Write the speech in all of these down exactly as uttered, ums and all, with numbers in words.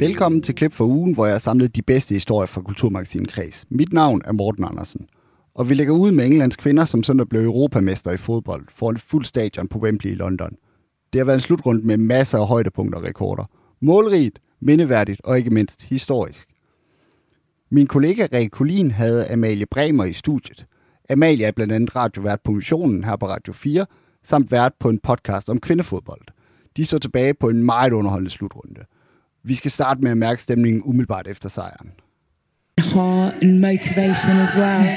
Velkommen til Klip for ugen, hvor jeg har samlet de bedste historier fra Kulturmagasinet Kreds. Mit navn er Morten Andersen, og vi lægger ud med Englands kvinder, som søndag blev europamester i fodbold foran et fuldt stadion på Wembley i London. Det har været en slutrunde med masser af højdepunkter og rekorder. Målrigt, mindeværdigt og ikke mindst historisk. Min kollega Rikke Collin havde Amalie Bremer i studiet. Amalie er blandt andet radiovært på Missionen her på Radio fire, samt vært på en podcast om kvindefodbold. De så tilbage på en meget underholdende slutrunde. Vi skal starte med at mærke stemningen umiddelbart efter sejren. Heart and motivation as well.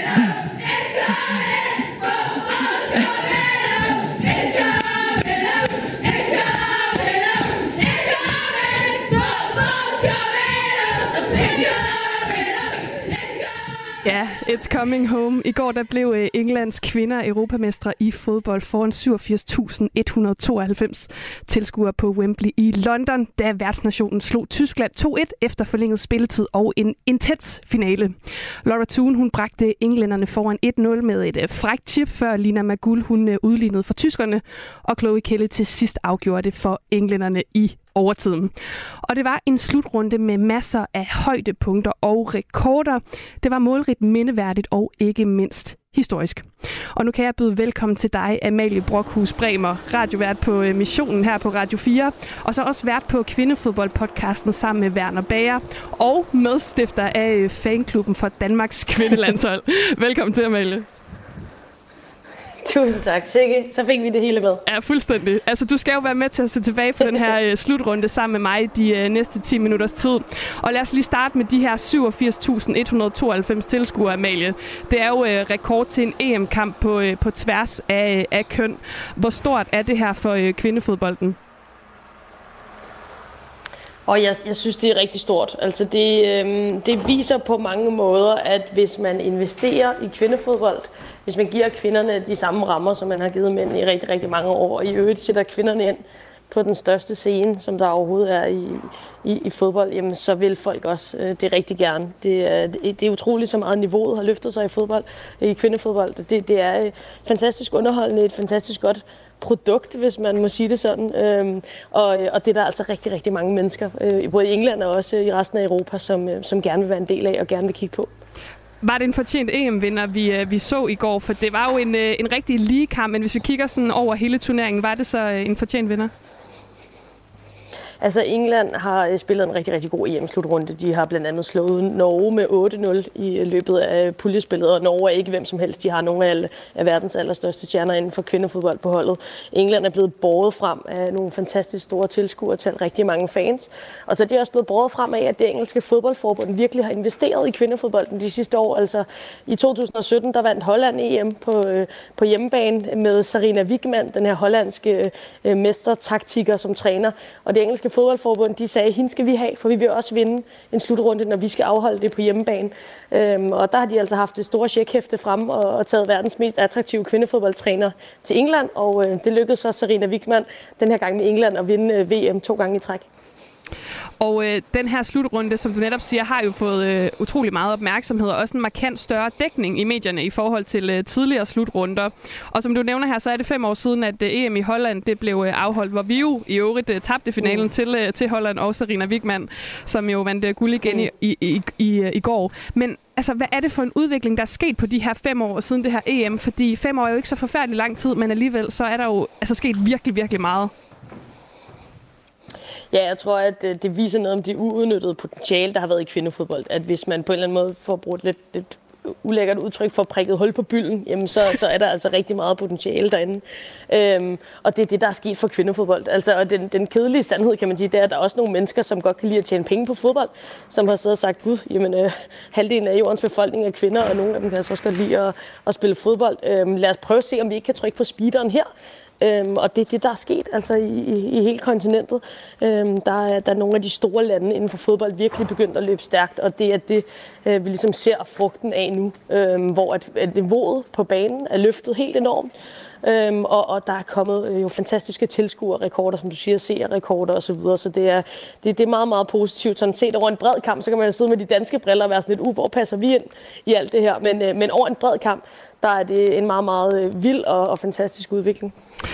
Ja, it's coming home. I går der blev Englands kvinder europamestre i fodbold foran syvogfirs tusind et hundrede og tooghalvfems tilskuere på Wembley i London, da værtsnationen slog Tyskland to et efter forlænget spilletid og en intens finale. Laura Thun, hun bragte englænderne foran et nul med et frækt chip, før Lina Magull hun udlignede for tyskerne, og Chloe Kelly til sidst afgjorde det for englænderne i overtiden. Og det var en slutrunde med masser af højdepunkter og rekorder. Det var målrigt, mindeværdigt og ikke mindst historisk. Og nu kan jeg byde velkommen til dig, Amalie Brokhus Bremer, radiovært på Missionen her på Radio fire, og så også vært på kvindefodboldpodcasten sammen med Werner Bager, og medstifter af fanklubben for Danmarks kvindelandshold. Velkommen til, Amalie. Tusind tak, Sikke. Så fik vi det hele med. Ja, fuldstændig. Altså, du skal jo være med til at se tilbage på den her uh, slutrunde sammen med mig de uh, næste ti minutters tid. Og lad os lige starte med de her syvogfirs tusind et hundrede og tooghalvfems tilskuere, Amalie. Det er jo uh, rekord til en E M-kamp på, uh, på tværs af, uh, af køn. Hvor stort er det her for uh, kvindefodbolden? Og jeg, jeg synes, det er rigtig stort. Altså det, øh, det viser på mange måder, at hvis man investerer i kvindefodbold, hvis man giver kvinderne de samme rammer, som man har givet mænd i rigtig, rigtig mange år, og i øvrigt sætter kvinderne ind på den største scene, som der overhovedet er i, i, i fodbold, jamen, så vil folk også øh, det rigtig gerne. Det er, det er utroligt, så meget niveauet har løftet sig i fodbold, i kvindefodbold. Det, det er fantastisk underholdende, et fantastisk godt produkt, hvis man må sige det sådan. Øhm, og, og det er der altså rigtig, rigtig mange mennesker, øh, både i England og også i resten af Europa, som, øh, som gerne vil være en del af og gerne vil kigge på. Var det en fortjent E M-vinder, vi, vi så i går? For det var jo en, en rigtig ligekamp, men hvis vi kigger sådan over hele turneringen, var det så en fortjent vinder? Altså, England har spillet en rigtig, rigtig god E M-slutrunde. De har blandt andet slået Norge med otte nul i løbet af puljespillet, og Norge er ikke hvem som helst. De har nogle af, af verdens allerstørste stjerner inden for kvindefodbold på holdet. England er blevet båret frem af nogle fantastisk store tilskuere til rigtig mange fans. Og så er de også blevet båret frem af, at det engelske fodboldforbund virkelig har investeret i kvindefodbolden de sidste år. Altså, i to tusind og sytten, der vandt Holland E M på, på hjemmebane med Sarina Wiegman, den her hollandske øh, mestertaktiker som træner. Og det engelske fodboldforbund, de sagde, hende skal vi have, for vi vil også vinde en slutrunde, når vi skal afholde det på hjemmebane. Øhm, og der har de altså haft det store checkhæfte frem og, og taget verdens mest attraktive kvindefodboldtræner til England, og øh, det lykkedes så Sarina Wiegman den her gang med England at vinde øh, V M to gange i træk. Og øh, den her slutrunde, som du netop siger, har jo fået øh, utrolig meget opmærksomhed og også en markant større dækning i medierne i forhold til øh, tidligere slutrunder. Og som du nævner her, så er det fem år siden, at øh, E M i Holland det blev øh, afholdt, hvor vi jo i øvrigt øh, tabte finalen mm. til, øh, til Holland og Sarina Wiegman, som jo vandt øh, guld igen mm. i, i, i, i, i går. Men altså, hvad er det for en udvikling, der er sket på de her fem år siden det her E M? Fordi fem år er jo ikke så forfærdelig lang tid, men alligevel så er der jo altså sket virkelig, virkelig meget. Ja, jeg tror, at det viser noget om det uudnyttede potentiale, der har været i kvindefodbold. At hvis man på en eller anden måde får brugt lidt, lidt ulækkert udtryk for prikket hul på bylden, jamen så, så er der altså rigtig meget potentiale derinde. Øhm, og det er det, der er sket for kvindefodbold. Altså, og den, den kedelige sandhed, kan man sige, det er, at der er også nogle mennesker, som godt kan lide at tjene penge på fodbold, som har siddet og sagt, gud, jamen øh, halvdelen af jordens befolkning er kvinder, og nogle af dem kan altså også godt lide at, at spille fodbold. Øhm, lad os prøve at se, om vi ikke kan trykke på speederen her. Øhm, og det er det, der er sket altså i, i, i hele kontinentet. Øhm, der, er, der er nogle af de store lande inden for fodbold virkelig begyndt at løbe stærkt, og det er det, øh, vi ligesom ser frugten af nu, øhm, hvor at, at niveauet på banen er løftet helt enormt. Øhm, og, og der er kommet øh, jo fantastiske tilskuerrekorder, som du siger, seerrekorder og så videre, så det er, det, det er meget, meget positivt. Sådan set over en bred kamp, så kan man sidde med de danske briller og være sådan lidt, uh, hvor passer vi ind i alt det her? Men, øh, men over en bred kamp, der er det en meget, meget vild og, og fantastisk udvikling.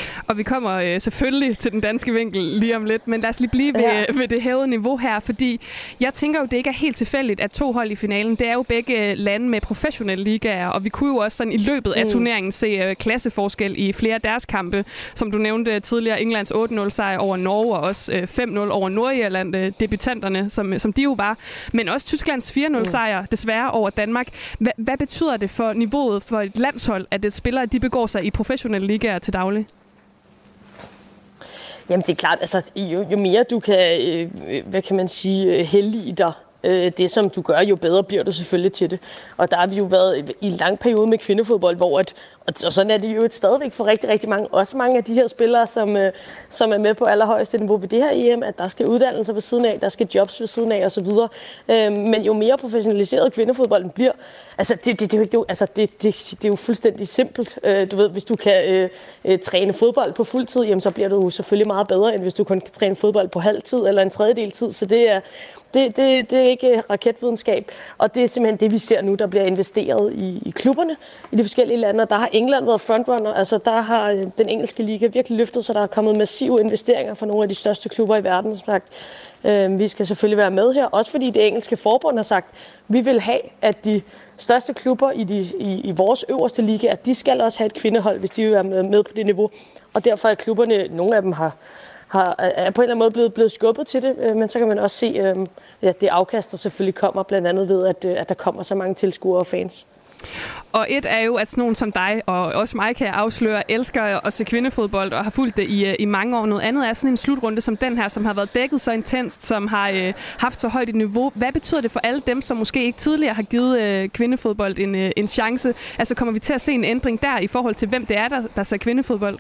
Og vi kommer øh, selvfølgelig til den danske vinkel lige om lidt, men lad os lige blive ved, ja. ved det hævede niveau her, fordi jeg tænker jo, det ikke er helt tilfældigt, at to hold i finalen, det er jo begge lande med professionelle ligaer, og vi kunne jo også sådan i løbet af mm. turneringen se øh, klasseforskel i flere af deres kampe, som du nævnte tidligere, Englands otte nul sejr over Norge, og også øh, fem nul over Nordirland, øh, debutanterne, som, som de jo var, men også Tysklands fire nul sejr, desværre over Danmark. Hva, hvad betyder det for niveauet for et landshold, at et spillere de begår sig i professionelle ligaer til daglig? Jamen det er klart, altså jo, jo mere du kan, øh, hvad kan man sige, hellige dig øh, det, som du gør, jo bedre bliver du selvfølgelig til det. Og der har vi jo været i en lang periode med kvindefodbold, hvor at, og sådan er det jo et stadigvæk for rigtig, rigtig mange, også mange af de her spillere, som, øh, som er med på allerhøjeste niveau ved det her E M, at der skal uddannelser ved siden af, der skal jobs ved siden af osv. Øh, men jo mere professionaliseret kvindefodbolden bliver, altså det, det, det, det, altså det, det, det er jo fuldstændig simpelt. Øh, du ved, hvis du kan øh, øh, træne fodbold på fuld tid, jamen, så bliver du selvfølgelig meget bedre, end hvis du kun kan træne fodbold på halv tid eller en tredjedel tid. Så det er, det, det, det er ikke raketvidenskab, og det er simpelthen det, vi ser nu, der bliver investeret i, i klubberne i de forskellige lande, og der har England været frontrunner, altså der har den engelske liga virkelig løftet, så der er kommet massive investeringer fra nogle af de største klubber i verden, som sagt. Øh, vi skal selvfølgelig være med her, også fordi det engelske forbund har sagt, vi vil have, at de største klubber i, de, i, i vores øverste liga, at de skal også have et kvindehold, hvis de vil være med, med på det niveau, og derfor er klubberne, nogle af dem har Har, er på en eller anden måde blevet, blevet skubbet til det, men så kan man også se, at ja, det afkaster selvfølgelig kommer, blandt andet ved, at, at der kommer så mange tilskuere og fans. Og et er jo, at sådan nogen som dig, og også mig kan jeg afsløre, elsker at se kvindefodbold og har fulgt det i, i mange år. Noget andet er sådan en slutrunde som den her, som har været dækket så intenst, som har øh, haft så højt et niveau. Hvad betyder det for alle dem, som måske ikke tidligere har givet øh, kvindefodbold en, øh, en chance? Altså kommer vi til at se en ændring der i forhold til, hvem det er, der, der ser kvindefodbold?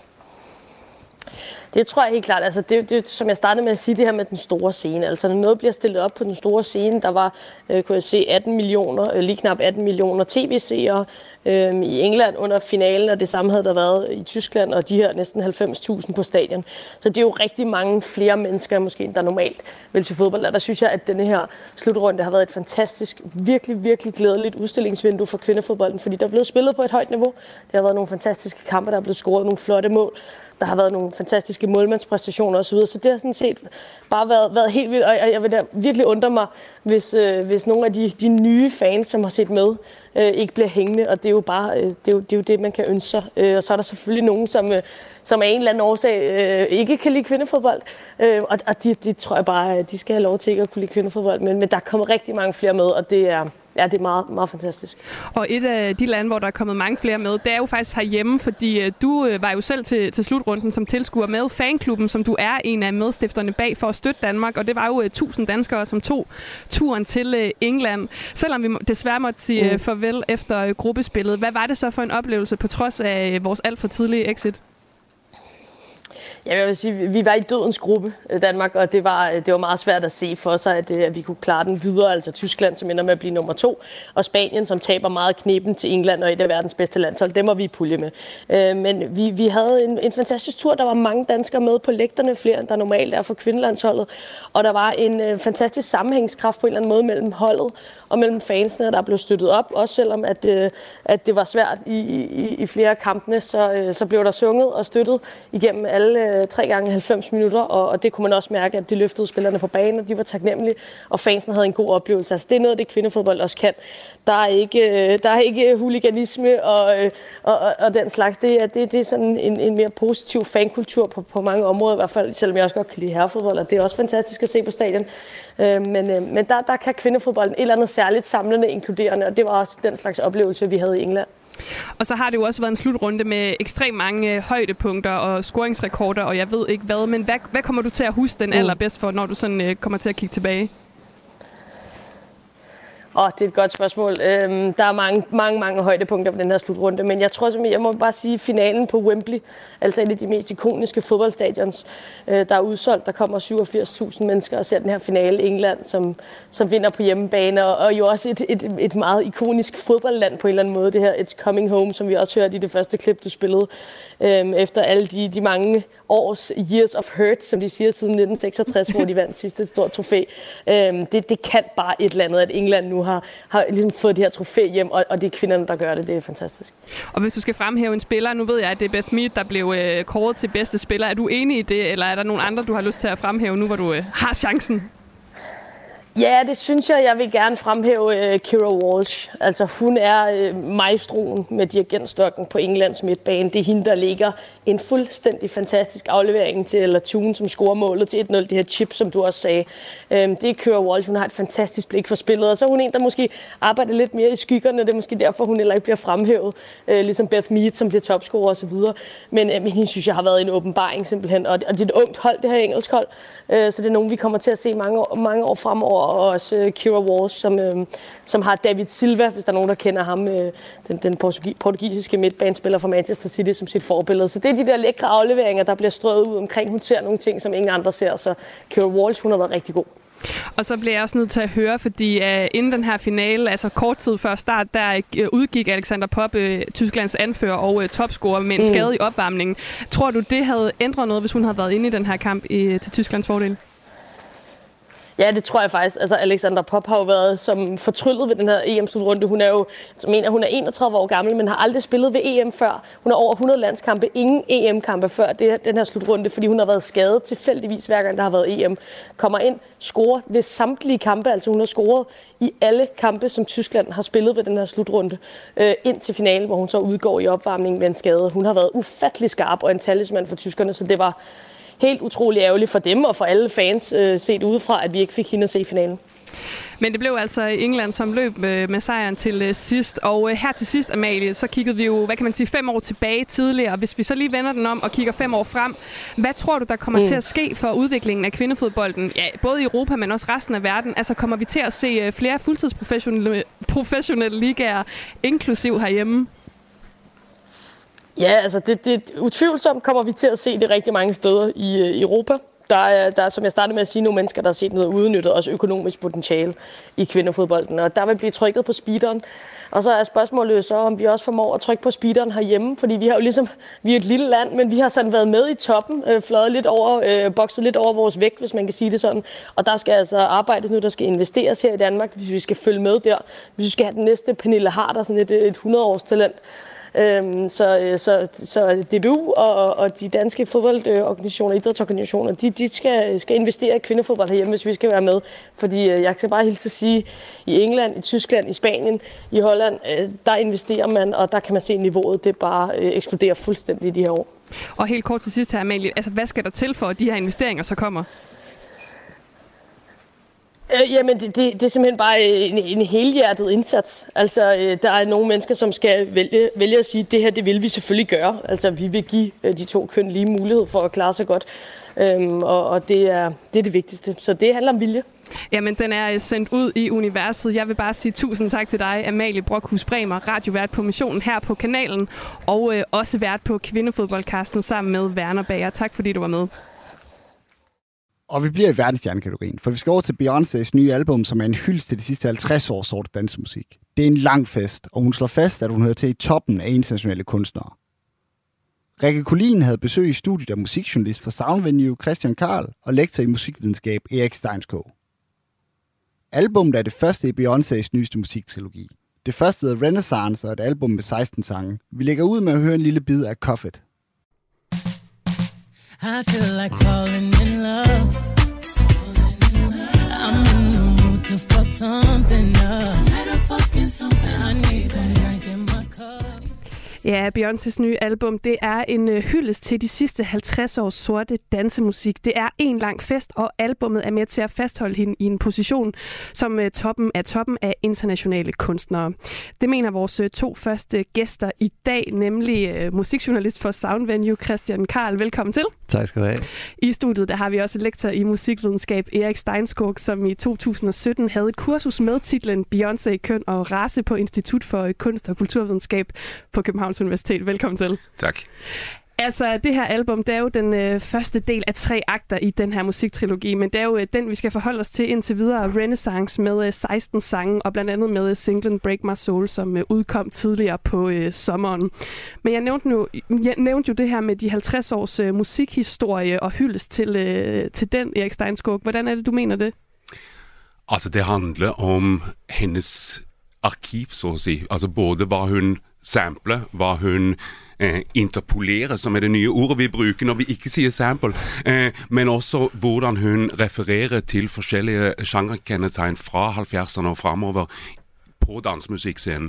Det tror jeg helt klart. Altså det, det, som jeg startede med at sige, det her med den store scene. Altså når noget bliver stillet op på den store scene, der var, øh, kunne jeg se, atten millioner, øh, lige knap atten millioner tv-seere øh, i England under finalen, og det samme havde der været i Tyskland, og de her næsten halvfems tusind på stadion. Så det er jo rigtig mange flere mennesker, måske end der normalt vil til fodbold. Og der synes jeg, at denne her slutrunde har været et fantastisk, virkelig, virkelig glædeligt udstillingsvindue for kvindefodbolden, fordi der er blevet spillet på et højt niveau. Det har været nogle fantastiske kampe, der er blevet scoret nogle flotte mål. Der har været nogle fantastiske målmandspræstationer osv., så det har sådan set bare været, været helt vildt, og jeg vil da virkelig undre mig, hvis, øh, hvis nogle af de, de nye fans, som har set med, øh, ikke bliver hængende, og det er jo bare øh, det, er jo, det, er jo det, man kan ønske sig. Øh, og så er der selvfølgelig nogen, som, øh, som af en eller anden årsag øh, ikke kan lide kvindefodbold, øh, og, og de, de tror jeg bare, de skal have lov til ikke at kunne lide kvindefodbold, men, men der kommer rigtig mange flere med, og det er... Ja, det er meget, meget fantastisk. Og et af de lande, hvor der er kommet mange flere med, det er jo faktisk herhjemme, fordi du var jo selv til, til slutrunden som tilskuer med fanklubben, som du er en af medstifterne bag for at støtte Danmark, og det var jo tusind danskere, som tog turen til England. Selvom vi desværre måtte sige mm. farvel efter gruppespillet. Hvad var det så for en oplevelse på trods af vores alt for tidlige exit? Ja, jeg vil sige, vi var i dødens gruppe, Danmark, og det var, det var meget svært at se for sig, at, at vi kunne klare den videre. Altså Tyskland, som ender med at blive nummer to, og Spanien, som taber meget knepen til England og et af verdens bedste landshold. Dem var vi i pulje med. Men vi, vi havde en, en fantastisk tur. Der var mange danskere med på lægterne, flere end der normalt er for kvindelandsholdet. Og der var en fantastisk sammenhængskraft på en eller anden måde mellem holdet og mellem fansene, der blev støttet op. Også selvom at, at det var svært i, i, i flere af kampene, så, så blev der sunget og støttet igennem alle tre gange halvfems minutter, og, og det kunne man også mærke, at de løftede spillerne på banen, og de var taknemmelige, og fansen havde en god oplevelse. Altså det er noget, det kvindefodbold også kan. Der er ikke, der er ikke huliganisme og, og, og, og den slags. Det er, det, det er sådan en, en mere positiv fankultur på, på mange områder, i hvert fald, selvom jeg også godt kan lide herrefodbold, og det er også fantastisk at se på stadion. Men, men der, der kan kvindefodbolden et eller andet særligt samlende, inkluderende, og det var også den slags oplevelse, vi havde i England. Og så har det jo også været en slutrunde med ekstremt mange højdepunkter og scoringsrekorder, og jeg ved ikke hvad, men hvad, hvad kommer du til at huske den allerbedst for, når du sådan øh, kommer til at kigge tilbage? Åh, oh, det er et godt spørgsmål. Øhm, der er mange, mange, mange højdepunkter på den her slutrunde, men jeg tror simpelthen, jeg må bare sige, finalen på Wembley, altså et af de mest ikoniske fodboldstadions, øh, der er udsolgt. Der kommer syvogfirs tusind mennesker og ser den her finale i England, som, som vinder på hjemmebane, og, og jo også et, et, et meget ikonisk fodboldland på en eller anden måde, det her It's Coming Home, som vi også hørte i det første klip, du spillede, øhm, efter alle de, de mange års Years of Hurt, som de siger, siden nitten seksogtres, hvor de vandt sidste stort trofæ. Øhm, det, det kan bare et eller andet, at England nu har, har ligesom fået det her trofæ hjem, og, og det er kvinderne, der gør det. Det er fantastisk. Og hvis du skal fremhæve en spiller, nu ved jeg, at det er Beth Mead, der blev øh, kåret til bedste spiller. Er du enig i det, eller er der nogle andre, du har lyst til at fremhæve nu, hvor du øh, har chancen? Ja, det synes jeg. Jeg vil gerne fremhæve uh, Keira Walsh. Altså, hun er uh, maestroen med dirigentstokken på Englands midtbane. Det er hende, der ligger en fuldstændig fantastisk aflevering til Latune, som scorer målet til et nul. Det her chip, som du også sagde. Um, det er Keira Walsh. Hun har et fantastisk blik for spillet. Og så er hun en, der måske arbejder lidt mere i skyggerne. Det er måske derfor, hun heller ikke bliver fremhævet. Uh, ligesom Beth Mead, som bliver topscorer osv. Men uh, hende synes jeg har været en åbenbaring simpelthen. Og det, og det er et ungt hold, det her engelsk hold. Uh, så det er nogen, vi kommer til at se mange år, mange år fremover. Og også uh, Keira Walsh, som, uh, som har David Silva, hvis der er nogen, der kender ham, uh, den, den portugisiske midtbanespiller fra Manchester City, som sit forbillede. Så det er de der lækre afleveringer, der bliver strøget ud omkring. Hun ser nogle ting, som ingen andre ser, så Keira Walsh, hun har været rigtig god. Og så bliver jeg også nødt til at høre, fordi uh, inden den her finale, altså kort tid før start, der uh, udgik Alexander Popp, uh, Tysklands anfører og uh, topscorer med en mm. skade i opvarmningen. Tror du, det havde ændret noget, hvis hun havde været inde i den her kamp i, til Tysklands fordel? Ja, det tror jeg faktisk. Altså, Alexander Popp har jo været som fortryllet ved den her E M-slutrunde. Hun er jo, som mener, hun er enogtredive år gammel, men har aldrig spillet ved E M før. Hun har over hundrede landskampe, ingen E M-kampe før det, den her slutrunde, fordi hun har været skadet tilfældigvis hver gang, der har været E M. Kommer ind, scorer ved samtlige kampe, altså hun har scoret i alle kampe, som Tyskland har spillet ved den her slutrunde, øh, ind til finalen, hvor hun så udgår i opvarmningen med en skade. Hun har været ufattelig skarp og en talisman for tyskerne, så det var helt utrolig ærgerligt for dem og for alle fans øh, set udefra, at vi ikke fik hende at se i finalen. Men det blev altså England, som løb med, med sejren til øh, sidst. Og øh, her til sidst, Amalie, så kiggede vi jo, hvad kan man sige, fem år tilbage tidligere. Hvis vi så lige vender den om og kigger fem år frem, hvad tror du, der kommer mm. til at ske for udviklingen af kvindefodbolden? Ja, både i Europa, men også resten af verden. Altså kommer vi til at se øh, flere fuldtidsprofessionelle professionelle ligaer, inklusiv herhjemme? Ja, altså det, det utvivlsomt kommer vi til at se det rigtig mange steder i, i Europa. Der er, der er, som jeg startede med at sige, nogle mennesker, der har set noget udnyttet, også økonomisk potentiale i kvindefodbolden. Og der vil blive trykket på speederen. Og så er spørgsmålet så, om vi også formår at trykke på speederen herhjemme. Fordi vi har jo ligesom, vi er et lille land, men vi har sådan været med i toppen, øh, fløjet lidt over, øh, bokset lidt over vores vægt, hvis man kan sige det sådan. Og der skal altså arbejdes nu, der skal investeres her i Danmark, hvis vi skal følge med der. Hvis vi skal have den næste Pernille Harder, sådan et, et hundrede-års talent. Øhm, så, så, så D B U og, og de danske fodboldorganisationer, idrætsorganisationer, de, de skal, skal investere i kvindefodbold herhjemme, hvis vi skal være med. Fordi jeg kan bare hilse at sige, i England, i Tyskland, i Spanien, i Holland, der investerer man, og der kan man se niveauet, det bare eksploderer fuldstændig i de her år. Og helt kort til sidst her, Amalie, altså hvad skal der til for, at de her investeringer så kommer? Øh, jamen, det, det, det er simpelthen bare en, en helhjertet indsats. Altså, øh, der er nogle mennesker, som skal vælge, vælge at sige, at det her, det vil vi selvfølgelig gøre. Altså, vi vil give øh, de to køn lige mulighed for at klare sig godt. Øhm, og og det, er, det er det vigtigste. Så det handler om vilje. Jamen, den er sendt ud i universet. Jeg vil bare sige tusind tak til dig, Amalie Brokhus Bremer, radiovært på Missionen her på kanalen, og øh, også vært på Kvindefodboldcasten sammen med Werner Bager. Tak fordi du var med. Og vi bliver i verdensstjernekategorien, for vi skal over til Beyoncés nye album, som er en hyldest til de sidste halvtreds års sorte dansemusik. Det er en lang fest, og hun slår fast, at hun hører til i toppen af internationale kunstnere. Rikke Collin havde besøg i studiet af musikjournalist fra Soundvenue Christian Karl og lektor i musikvidenskab Erik Steinskog. Albummet er det første i Beyoncés nyeste musiktrilogi. Det første hedder Renaissance og et album med seksten sange. Vi lægger ud med at høre en lille bid af Cuff It. I feel like falling in love. I'm in the mood to fuck something up. Tonight I'm fucking something. I need some drink in my cup. Ja, Beyoncés nye album, det er en øh, hyldest til de sidste halvtreds års sorte dansemusik. Det er en lang fest, og albummet er med til at fastholde hende i en position som øh, toppen af toppen af internationale kunstnere. Det mener vores øh, to første gæster i dag, nemlig øh, musikjournalist for Soundvenue Christian Karl. Velkommen til. Tak skal du have. I studiet der har vi også lektor i musikvidenskab Erik Steinskog, som i to tusind og sytten havde et kursus med titlen Beyoncé, køn og race på Institut for Kunst og Kulturvidenskab på Københavns Universitet. Velkommen til. Tak. Altså, det her album, det er jo den øh, første del af tre akter i den her musiktrilogi, men det er jo øh, den, vi skal forholde os til indtil videre. Renaissance med øh, seksten sange, og blandt andet med øh, singlen Break My Soul, som øh, udkom tidligere på øh, sommeren. Men jeg nævnte, nu, jeg nævnte jo det her med de halvtreds års øh, musikhistorie og hyldest til, øh, til den, Erik Steinskog. Hvordan er det, du mener det? Altså, det handler om hendes arkiv, så at sige. Altså, både hvad hun sampler, hvad hun eh, interpolerer, som er det nye ordet vi bruger, når vi ikke siger sample, eh, men også hvordan hun refererer til forskellige genrekendetegn fra halvfjerdserne og fremover på dansmusikkscenen.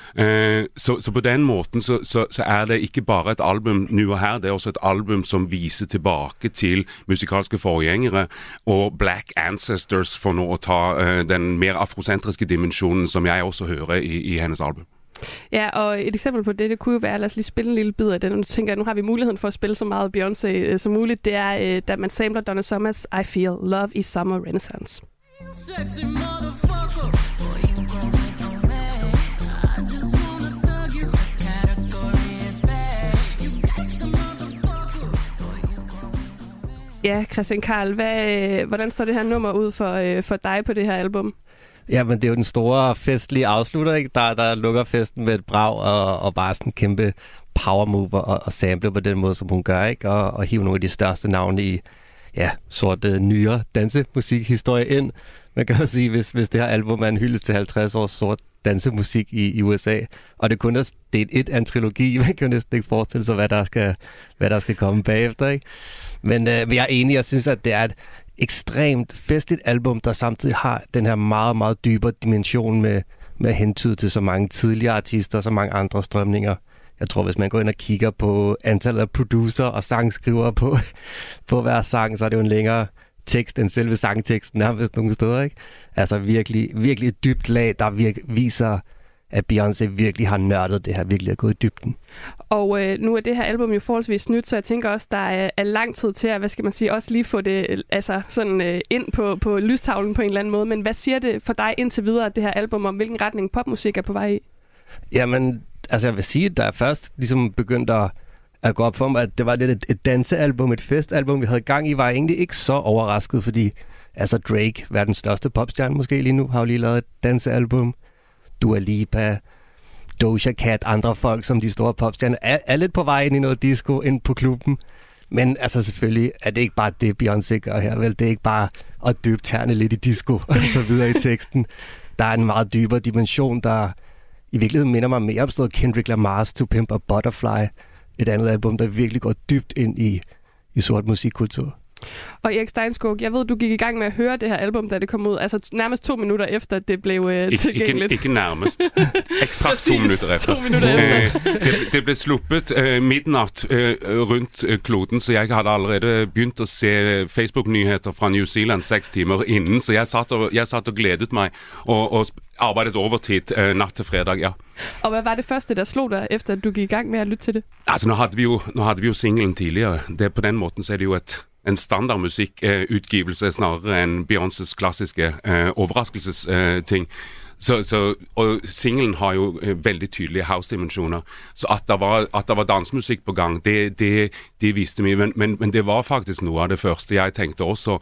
Uh, så, så på den måten så, så, så er det ikke bare et album nu og her, det er også et album som viser tilbake til musikalske forgjengere og Black Ancestors, for nå at ta uh, den mer afrocentriske dimensjonen som jeg også hører i, i hendes album. Ja, og et eksempel på det, det kunne jo være, lad os lige spille en lille bid af den, og nu tænker jeg, nu har vi muligheden for at spille så meget Beyoncé øh, som muligt, det er, øh, da man samler Donna Summers I Feel Love is Summer Renaissance. Sexy motherfucker, boy, you gon' make no man. I just wanna thug you, category is bad. You gangsta motherfucker, boy, you gon' make no man. Ja, Christian Karl, hvad, hvordan står det her nummer ud for, øh, for dig på det her album? Ja, men det er jo den store festlige afslutter, ikke? Der, der lukker festen med et brag og, og bare sådan en kæmpe power move og, og sample på den måde, som hun gør, ikke? Og, og hive nogle af de største navne i ja, sort uh, nyere dansemusikhistorie ind. Man kan jo sige, hvis, hvis det her album er en hyldest til halvtreds års sort dansemusik i, i U S A, og det kun er del et af en trilogi, man kan jo næsten ikke forestille sig, hvad der skal, hvad der skal komme bagefter, ikke? Men, øh, men jeg er enig, jeg synes, at det er et ekstremt festligt album, der samtidig har den her meget, meget dybere dimension med, med hentyde til så mange tidligere artister og så mange andre strømninger. Jeg tror, hvis man går ind og kigger på antallet af producer og sangskrivere på, på hver sang, så er det jo en længere tekst end selve sangteksten nærmest nogle steder, ikke? Altså virkelig, virkelig et dybt lag, der virke, viser, at Beyoncé virkelig har nørdet det her, virkelig er gået i dybden. Og øh, nu er det her album jo forholdsvis nyt, så jeg tænker også, der er, er lang tid til at, hvad skal man sige, også lige få det altså sådan øh, ind på, på lystavlen på en eller anden måde. Men hvad siger det for dig indtil videre, at det her album, om hvilken retning popmusik er på vej i? Jamen, altså jeg vil sige, at der er først ligesom begyndt at, at gå op for mig, at det var lidt et, et dansealbum, et festalbum, vi havde gang i, var egentlig ikke så overrasket, fordi altså Drake, verdens største popstjerne måske lige nu, har jo lige lavet et dansealbum. Dua Lipa, Doja Cat, andre folk som de store popstjerner, er, er lidt på vej ind i noget disco, ind på klubben. Men altså selvfølgelig er det ikke bare det, Beyoncé gør her, vel? Det er ikke bare at dybe tærne lidt i disco og så videre i teksten. Der er en meget dybere dimension, der i virkeligheden minder mig mere om sådan Kendrick Lamar's To Pimp a Butterfly. Et andet album, der virkelig går dybt ind i, i sort musikkultur. Og Erik Steinskog, jeg ved, du gik i gang med at høre det her album, da det kom ud, altså nærmest to minutter efter, det blev øh, Ik- tilgængeligt. Ikke, ikke nærmest. Eksakt to minutter efter. to minutter efter. det, det blev sluppet uh, midnat uh, rundt uh, kloden, så jeg hadde allerede begynt at se Facebook-nyheter fra New Zealand seks timer inden, så jeg satt og, jeg satt og glædet mig og, og arbejdet overtid uh, nat til fredag, ja. Og hvad var det første, der slog dig, efter at du gik i gang med at lytte til det? Altså, nu havde vi jo, nu havde vi jo singlen tidligere. Det, på den måten så er det jo et en standardmusikutgivelse uh, snarere end Beyoncés klassiske uh, overraskelsesting. Uh, så, så, og singlen har jo uh, veldig tydelige house-dimensioner. Så at der var, at der var dansmusik på gang, det, det, det viste mig. Men, men, men det var faktisk noe av det første jeg tenkte også.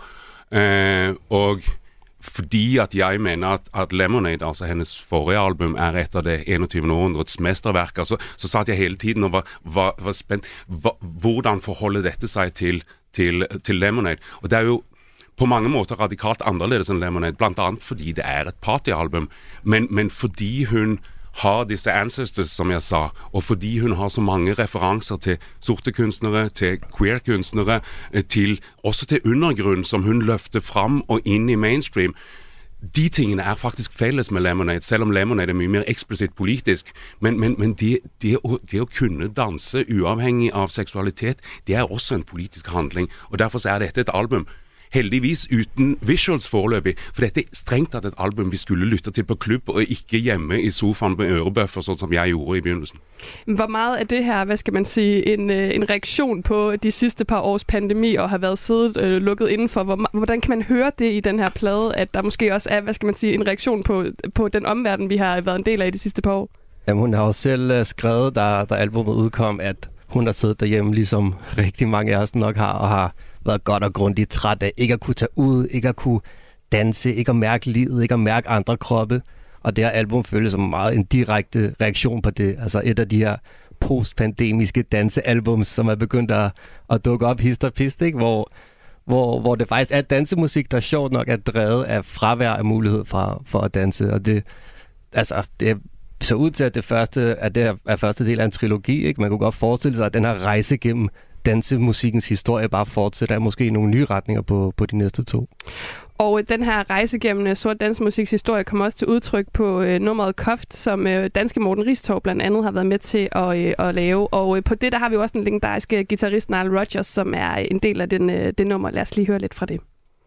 Uh, og fordi at jeg mener at, at Lemonade, altså hennes forrige album, er et av det enogtyvende århundredets mesterverker, så, så satt jeg hele tiden og var, var, var spent. Hva, hvordan forholder dette seg til, til, til Lemonade? Og det er jo på mange måter radikalt annerledes enn Lemonade, blant annet fordi det er et partyalbum, men, men fordi hun har disse ancestors, som jeg sa, og fordi hun har så mange referanser til sorte kunstnere, til queer-kunstnere, til, også til undergrunn som hun løfter frem og inn i mainstream. De tingene er faktisk fælles med Lemonade, selv om Lemonade er mye mer eksplisitt politisk. Men, men, men det, det, å, det å kunne danse uavhengig av seksualitet, det er også en politisk handling, og derfor så er dette et album heldigvis uten visuals foreløpig, for dette er strengt tatt et album vi skulle lytte til på klubb, og ikke hjemme i sofaen med ørebøffer, sånn som jeg gjorde i begynnelsen. Hvor meget er det her, hvad skal man sige, en, en reaktion på de sidste par års pandemi, og har været siddet øh, lukket indenfor? Hvor, hvordan kan man høre det i den her plade, at der måske også er, hvad skal man sige, en reaktion på, på den omverden, vi har været en del af i de sidste par år? Jamen, hun har jo selv uh, skrevet, da, da albumet udkom, at hun har siddet derhjemme, ligesom rigtig mange af os nok har, og har været godt og grundigt træt af ikke at kunne tage ud, ikke at kunne danse, ikke at mærke livet, ikke at mærke andre kroppe. Og det her album føles som meget en direkte reaktion på det. Altså et af de her postpandemiske dansealbums, som er begyndt at, at dukke op hist og pist, ikke? Hvor, hvor, hvor det faktisk er dansemusik, der sjovt nok er drevet af fravær af mulighed for, for at danse. Og det, altså, det så ud til, at det første, at det er første del af en trilogi. Ikke? Man kunne godt forestille sig, at den her rejse gennem dansemusikkens historie bare fortsætter måske i nogle nye retninger på, på de næste to. Og den her rejse gennem sort dansemusiks historie kommer også til udtryk på øh, nummeret Koft, som øh, danske Morten Ristorv blandt andet har været med til at, øh, at lave. Og øh, på det der har vi også den legendariske guitarist Nile Rodgers, som er en del af den, øh, det nummer. Lad os lige høre lidt fra det.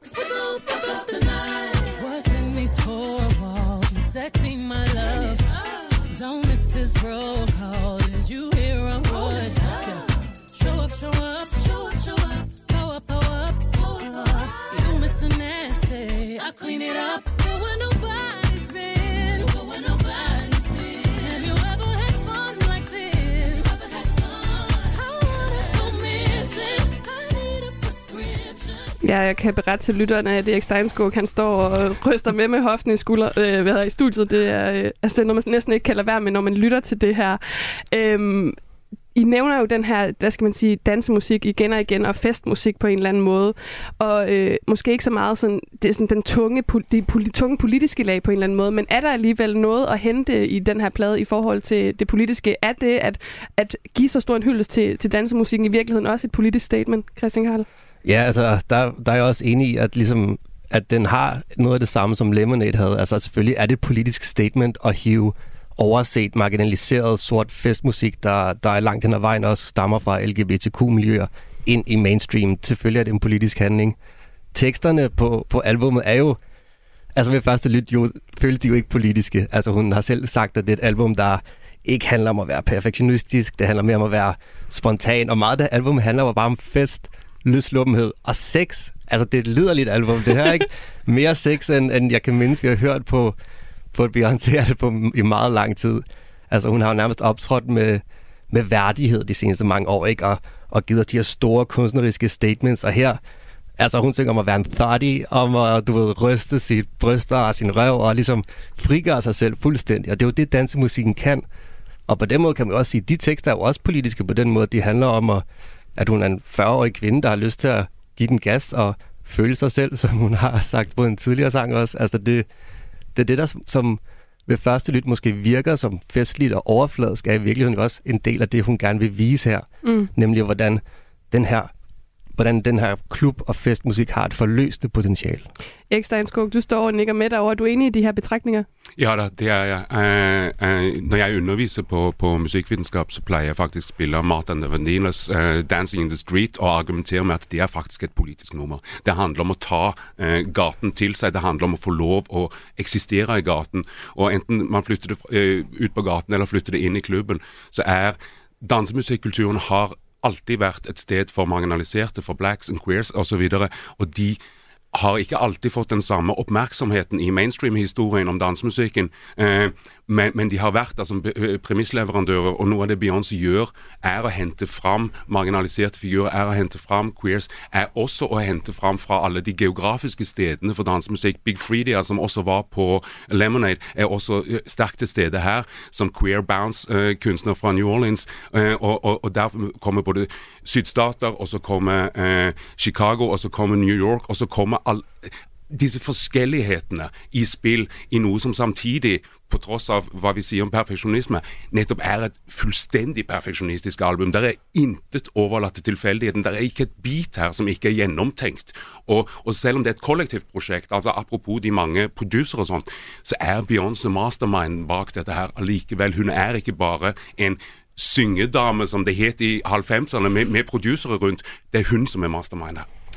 I clean it up, go where nobody's been. Go where nobody's been. Have you ever had fun like this? Have you ever had fun? I wanna go missing. I need a prescription. Ja, jeg kan berette til lytterne, at Erik Steinskog, han står og ryster med med hoften i skulder, øh, hvad i studiet. Det er, øh, altså, det er noget, man næsten ikke kan lade være med, når man lytter til det her. Øhm, I nævner jo den her, hvad skal man sige, dansemusik igen og igen, og festmusik på en eller anden måde. Og øh, måske ikke så meget sådan, det er sådan den tunge, de poli, tunge politiske lag på en eller anden måde, men er der alligevel noget at hente i den her plade i forhold til det politiske? Er det at, at give så stor en hyldest til, til dansemusikken i virkeligheden også et politisk statement, Christian Karl? Ja, altså, der, der er jeg også enig i, at ligesom at den har noget af det samme, som Lemonade havde. Altså selvfølgelig er det et politisk statement at hive overset, marginaliseret, sort festmusik, der, der er langt hen ad vejen også stammer fra L G B T Q-miljøer ind i mainstream. Selvfølgelig er det en politisk handling. Teksterne på, på albumet er jo, altså ved første lyt, jo, føles de jo ikke politiske. Altså hun har selv sagt, at det er et album, der ikke handler om at være perfektionistisk, det handler mere om at være spontan, og meget af det album handler jo bare om fest, løsluppenhed og sex. Altså det er et liderligt album, det her, ikke? Mere sex, end, end jeg kan mindes, vi har hørt på på et Beyoncé-album i meget lang tid. Altså hun har jo nærmest optrådt med, med værdighed de seneste mange år, ikke? Og, og givet de her store kunstneriske statements, og her, altså hun synger om at være en thotty, om at, du ved, ryste sit bryster og sin røv, og ligesom frigøre sig selv fuldstændig. Og det er jo det, dansemusikken kan. Og på den måde kan man også sige, at de tekster er jo også politiske på den måde. De handler om, at, at hun er en fyrre-årig kvinde, der har lyst til at give den gas og føle sig selv, som hun har sagt på en tidligere sang også. Altså det Det er det, der som ved første lyt måske virker som festligt og overfladisk, er i virkeligheden også en del af det, hun gerne vil vise her. Mm. Nemlig, hvordan den her hvordan den her klub- og festmusik har et forløste potentiale. Erik Steinskog, du står og nikker med derovre. Er du enig i de her betragtninger? Ja da, det er jeg. Uh, uh, når jeg underviser på, på musikvidenskap, så plejer jeg faktisk spille Martin Vanillas uh, Dancing in the Street og argumentere med, at det er faktisk et politisk nummer. Det handler om at ta uh, gaten til sig, det handler om at få lov at eksistere i gaten, og enten man flytter det uh, ut på gaten eller flytter det ind i klubben, så er dansemusikkulturen har alltid vært et sted for marginaliserte, for blacks and queers og så videre, og de har ikke alltid fått den samme oppmerksomheten i mainstream-historien om dansemusikken, eh, men, men de har vært der som premissleverandører, og noe av det Beyoncé gjør er å hente fram marginaliserte figurer, er å hente fram queers, er også å hente fram fra alle de geografiske stedene for dansemusikk. Big Freedia, som også var på Lemonade, er også sterkt til stede her, som queer bounce-kunstner fra New Orleans, eh, og, og, og der kommer både sydstater, og så kommer eh, Chicago, og så kommer New York, og så kommer all, disse forskellighetene i spill i noe som samtidig, på tross av hva vi sier om perfeksjonisme, nettopp er et fullstendig perfeksjonistisk album. Der er intet overlatt til tilfeldigheten. Der er ikke et bit her som ikke er gjennomtenkt. Og, og selv om det er et kollektivt prosjekt, altså apropos de mange producer og sånt, så er Beyoncé mastermind bak dette her allikevel. Hun er ikke bare en syngedame, som det het i halvfemserne, med, med produsere rundt. Det er hun som er mastermind her.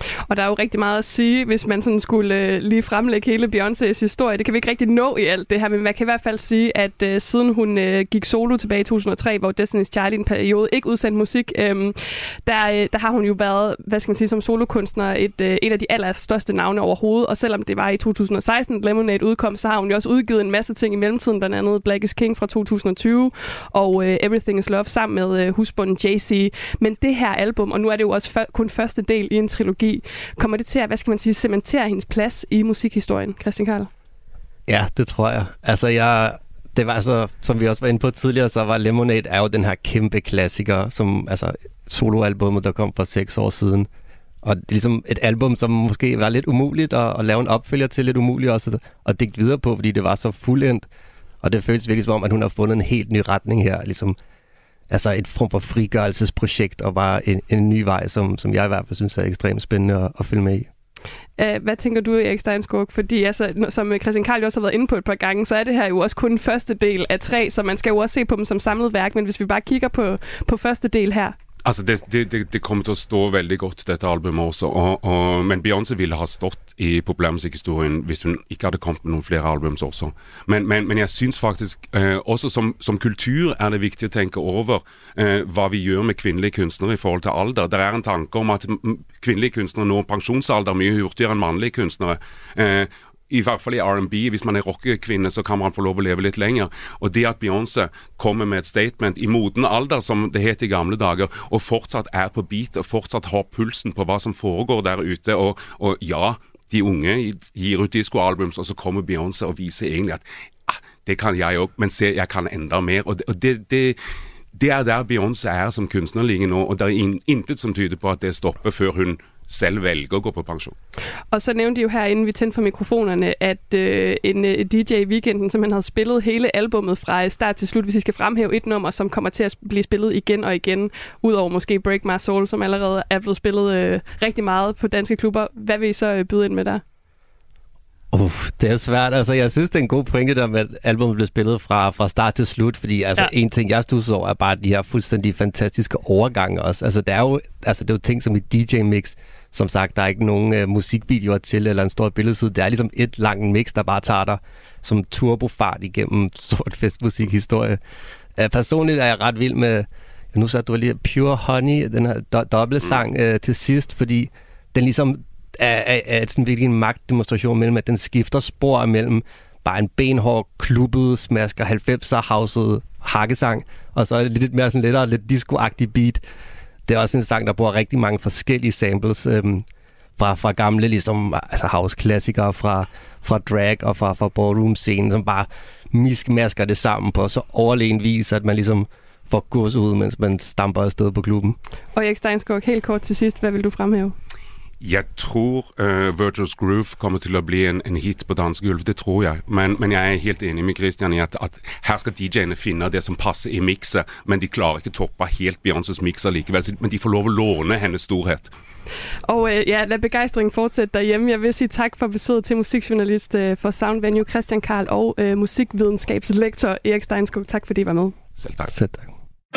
Og der er jo rigtig meget at sige, hvis man sådan skulle øh, lige fremlægge hele Beyoncés historie. Det kan vi ikke rigtig nå i alt det her, men man kan i hvert fald sige, at øh, siden hun øh, gik solo tilbage i to tusind og tre, hvor Destiny's Child i en periode ikke udsendte musik, øh, der, øh, der har hun jo været, hvad skal man sige, som solokunstner et, øh, et af de allerstørste navne overhovedet. Og selvom det var i to tusind og seksten, Lemonade udkom, så har hun jo også udgivet en masse ting i mellemtiden, blandt andet Black is King fra to tusind og tyve og øh, Everything is Love sammen med øh, husbunden Jay-Z. Men det her album, og nu er det jo også f- kun første del i en trilogi, kommer det til at, hvad skal man sige, cementere hendes plads i musikhistorien, Christian Karl? Ja, det tror jeg. Altså, jeg, det var altså, som vi også var inde på tidligere, så var Lemonade er jo den her kæmpe klassiker, som altså soloalbummet, der kom for seks år siden. Og det er ligesom et album, som måske var lidt umuligt at, at lave en opfølger til, lidt umuligt også at, at digte videre på, fordi det var så fuldendt. Og det føles virkelig som om, at hun har fundet en helt ny retning her, ligesom altså et form for frigørelsesprojekt, og bare en, en ny vej, som, som jeg i hvert fald synes er ekstremt spændende at, at følge med i. Uh, hvad tænker du, Erik Steinskog? Fordi altså, som Christian Karl også har været inde på et par gange, så er det her jo også kun første del af tre, så man skal jo også se på dem som samlet værk, men hvis vi bare kigger på, på første del her. Altså, det, det, det, det kommer til at stå veldig godt, dette albumet også, og, og, men Beyoncé ville ha stått i populærmusikhistorien hvis hun ikke hadde kommet med noen flere albums også. Men, men, men jeg synes faktisk, eh, også som, som kultur er det viktig å tenke over eh, hva vi gjør med kvinnelige kunstnere i forhold til alder. Der er en tanke om at kvinnelige kunstnere når pensjonsalder mye hurtigere enn mannlige kunstnere. Eh, I hvert fall i R and B, hvis man er rockekvinne, så kan man få lov å leve litt lenger. Og det at Beyoncé kommer med et statement i moden alder, som det het i gamle dager, og fortsatt er på beat, og fortsatt har pulsen på hva som foregår der ute, og, og ja, de unge gir ut disco-albums, og så kommer Beyoncé og viser egentlig at ah, det kan jeg også, men se, jeg kan enda mer. Og det, og det, det, det er der Beyoncé er som kunstner lige nå, og det er intet som tyder på at det stopper før hun selv vælger at gå på pension. Og så nævnte de jo her, inden vi tændte for mikrofonerne, at øh, en øh, D J i weekenden simpelthen havde spillet hele albummet fra start til slut, hvis I skal fremhæve et nummer, som kommer til at blive spillet igen og igen, udover måske Break My Soul, som allerede er blevet spillet øh, rigtig meget på danske klubber. Hvad vil I så øh, byde ind med der? Uh, det er svært. Altså, jeg synes, det er en god pointe, der med, at albumet blev spillet fra, fra start til slut, fordi altså, ja. En ting, jeg studser over, er bare de her fuldstændig fantastiske overgange også. Altså, det er jo, altså, det er jo ting som et D J-mix. Som sagt, der er ikke nogen øh, musikvideoer til, eller en stor billedside. Det er ligesom et langt mix, der bare tager dig som turbofart igennem sort festmusikhistorie. Uh, personligt er jeg ret vild med, nu sagde du lige, Pure Honey, den her do- dobbeltsang øh, til sidst, fordi den ligesom er, er, er sådan virkelig en magtdemonstration mellem, at den skifter spor mellem bare en benhård, klubbet, smasker, halvfemser-houset hakkesang, og så er det lidt mere sådan lettere, lidt disco-agtig beat. Det er også en sang, der bruger rigtig mange forskellige samples øhm, fra, fra gamle ligesom, altså house-klassikere, fra, fra drag og fra, fra ballroom-scenen, som bare miskmasker det sammen på så overlegen vis, at man ligesom får gås ud, mens man stamper afsted på klubben. Og Erik Steinskog, helt kort til sidst, hvad vil du fremhæve? Jeg tror uh, Virtuous Groove kommer til at blive en, en hit på dansegulv, det tror jeg. Men, men jeg er helt enig med Christian i at, at her skal D J'ene finde det som passer i mixet, men de klarer ikke toppe helt Beyoncés mixer likevel, men de får lov at låne hendes storhed. Og øh, ja, lad begejstringen fortsætte derhjemme. Jeg vil sige tak for besøget til musikjournalist øh, for Sound Venue, Christian Karl, og øh, musikvidenskabslektor Erik Steinskog. Tak fordi I var med. Selv tak. Selv tak.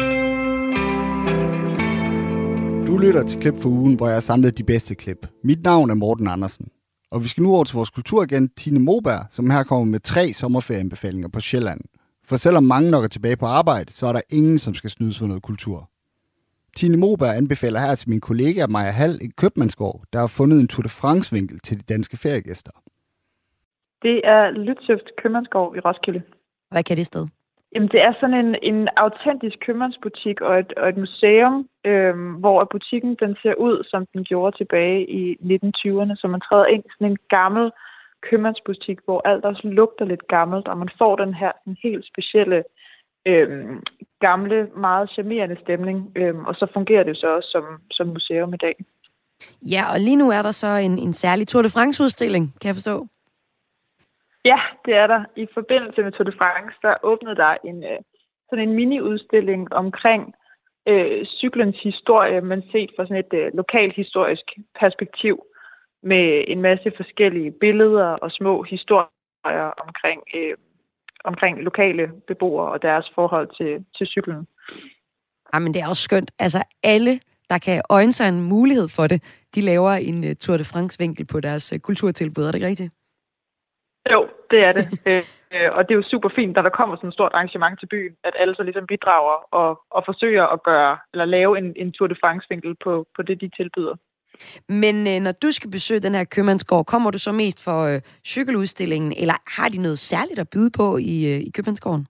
Du lytter til Klip for ugen, hvor jeg har samlet de bedste klip. Mit navn er Morten Andersen. Og vi skal nu over til vores kulturagent Tine Moberg, som her kommer med tre sommerferieanbefalinger på Sjælland. For selvom mange nok er tilbage på arbejde, så er der ingen, som skal snydes for noget kultur. Tine Moberg anbefaler her til min kollega Maja Hall en købmandsgård, der har fundet en Tour de France-vinkel til de danske feriegæster. Det er Lytsøft Købmandsgård i Roskilde. Hvad kan det sted? Jamen, det er sådan en, en autentisk købmandsbutik og et, og et museum, øhm, hvor butikken den ser ud, som den gjorde tilbage i nitten tyverne. Så man træder ind i sådan en gammel købmandsbutik, hvor alt også lugter lidt gammelt, og man får den her sådan helt specielle, øhm, gamle, meget charmerende stemning. Øhm, og så fungerer det så også som, som museum i dag. Ja, og lige nu er der så en, en særlig Tour de France-udstilling, kan jeg forstå. Ja, det er der. I forbindelse med Tour de France, der åbnede der en, sådan en mini-udstilling omkring øh, cyklens historie, men set fra sådan et øh, lokalt historisk perspektiv med en masse forskellige billeder og små historier omkring, øh, omkring lokale beboere og deres forhold til, til cyklen. Jamen, det er også skønt. Altså, alle der kan øjne sig en mulighed for det, de laver en uh, Tour de France-vinkel på deres uh, kulturtilbud. Er det ikke rigtigt? Jo, det er det. øh, og det er jo super fint, når der kommer sådan et stort arrangement til byen, at alle så ligesom bidrager og, og forsøger at gøre, eller lave en, en Tour de France-vinkel på, på det, de tilbyder. Men øh, når du skal besøge den her købmandsgård, kommer du så mest for øh, cykeludstillingen, eller har de noget særligt at byde på i, øh, i købmandsgården?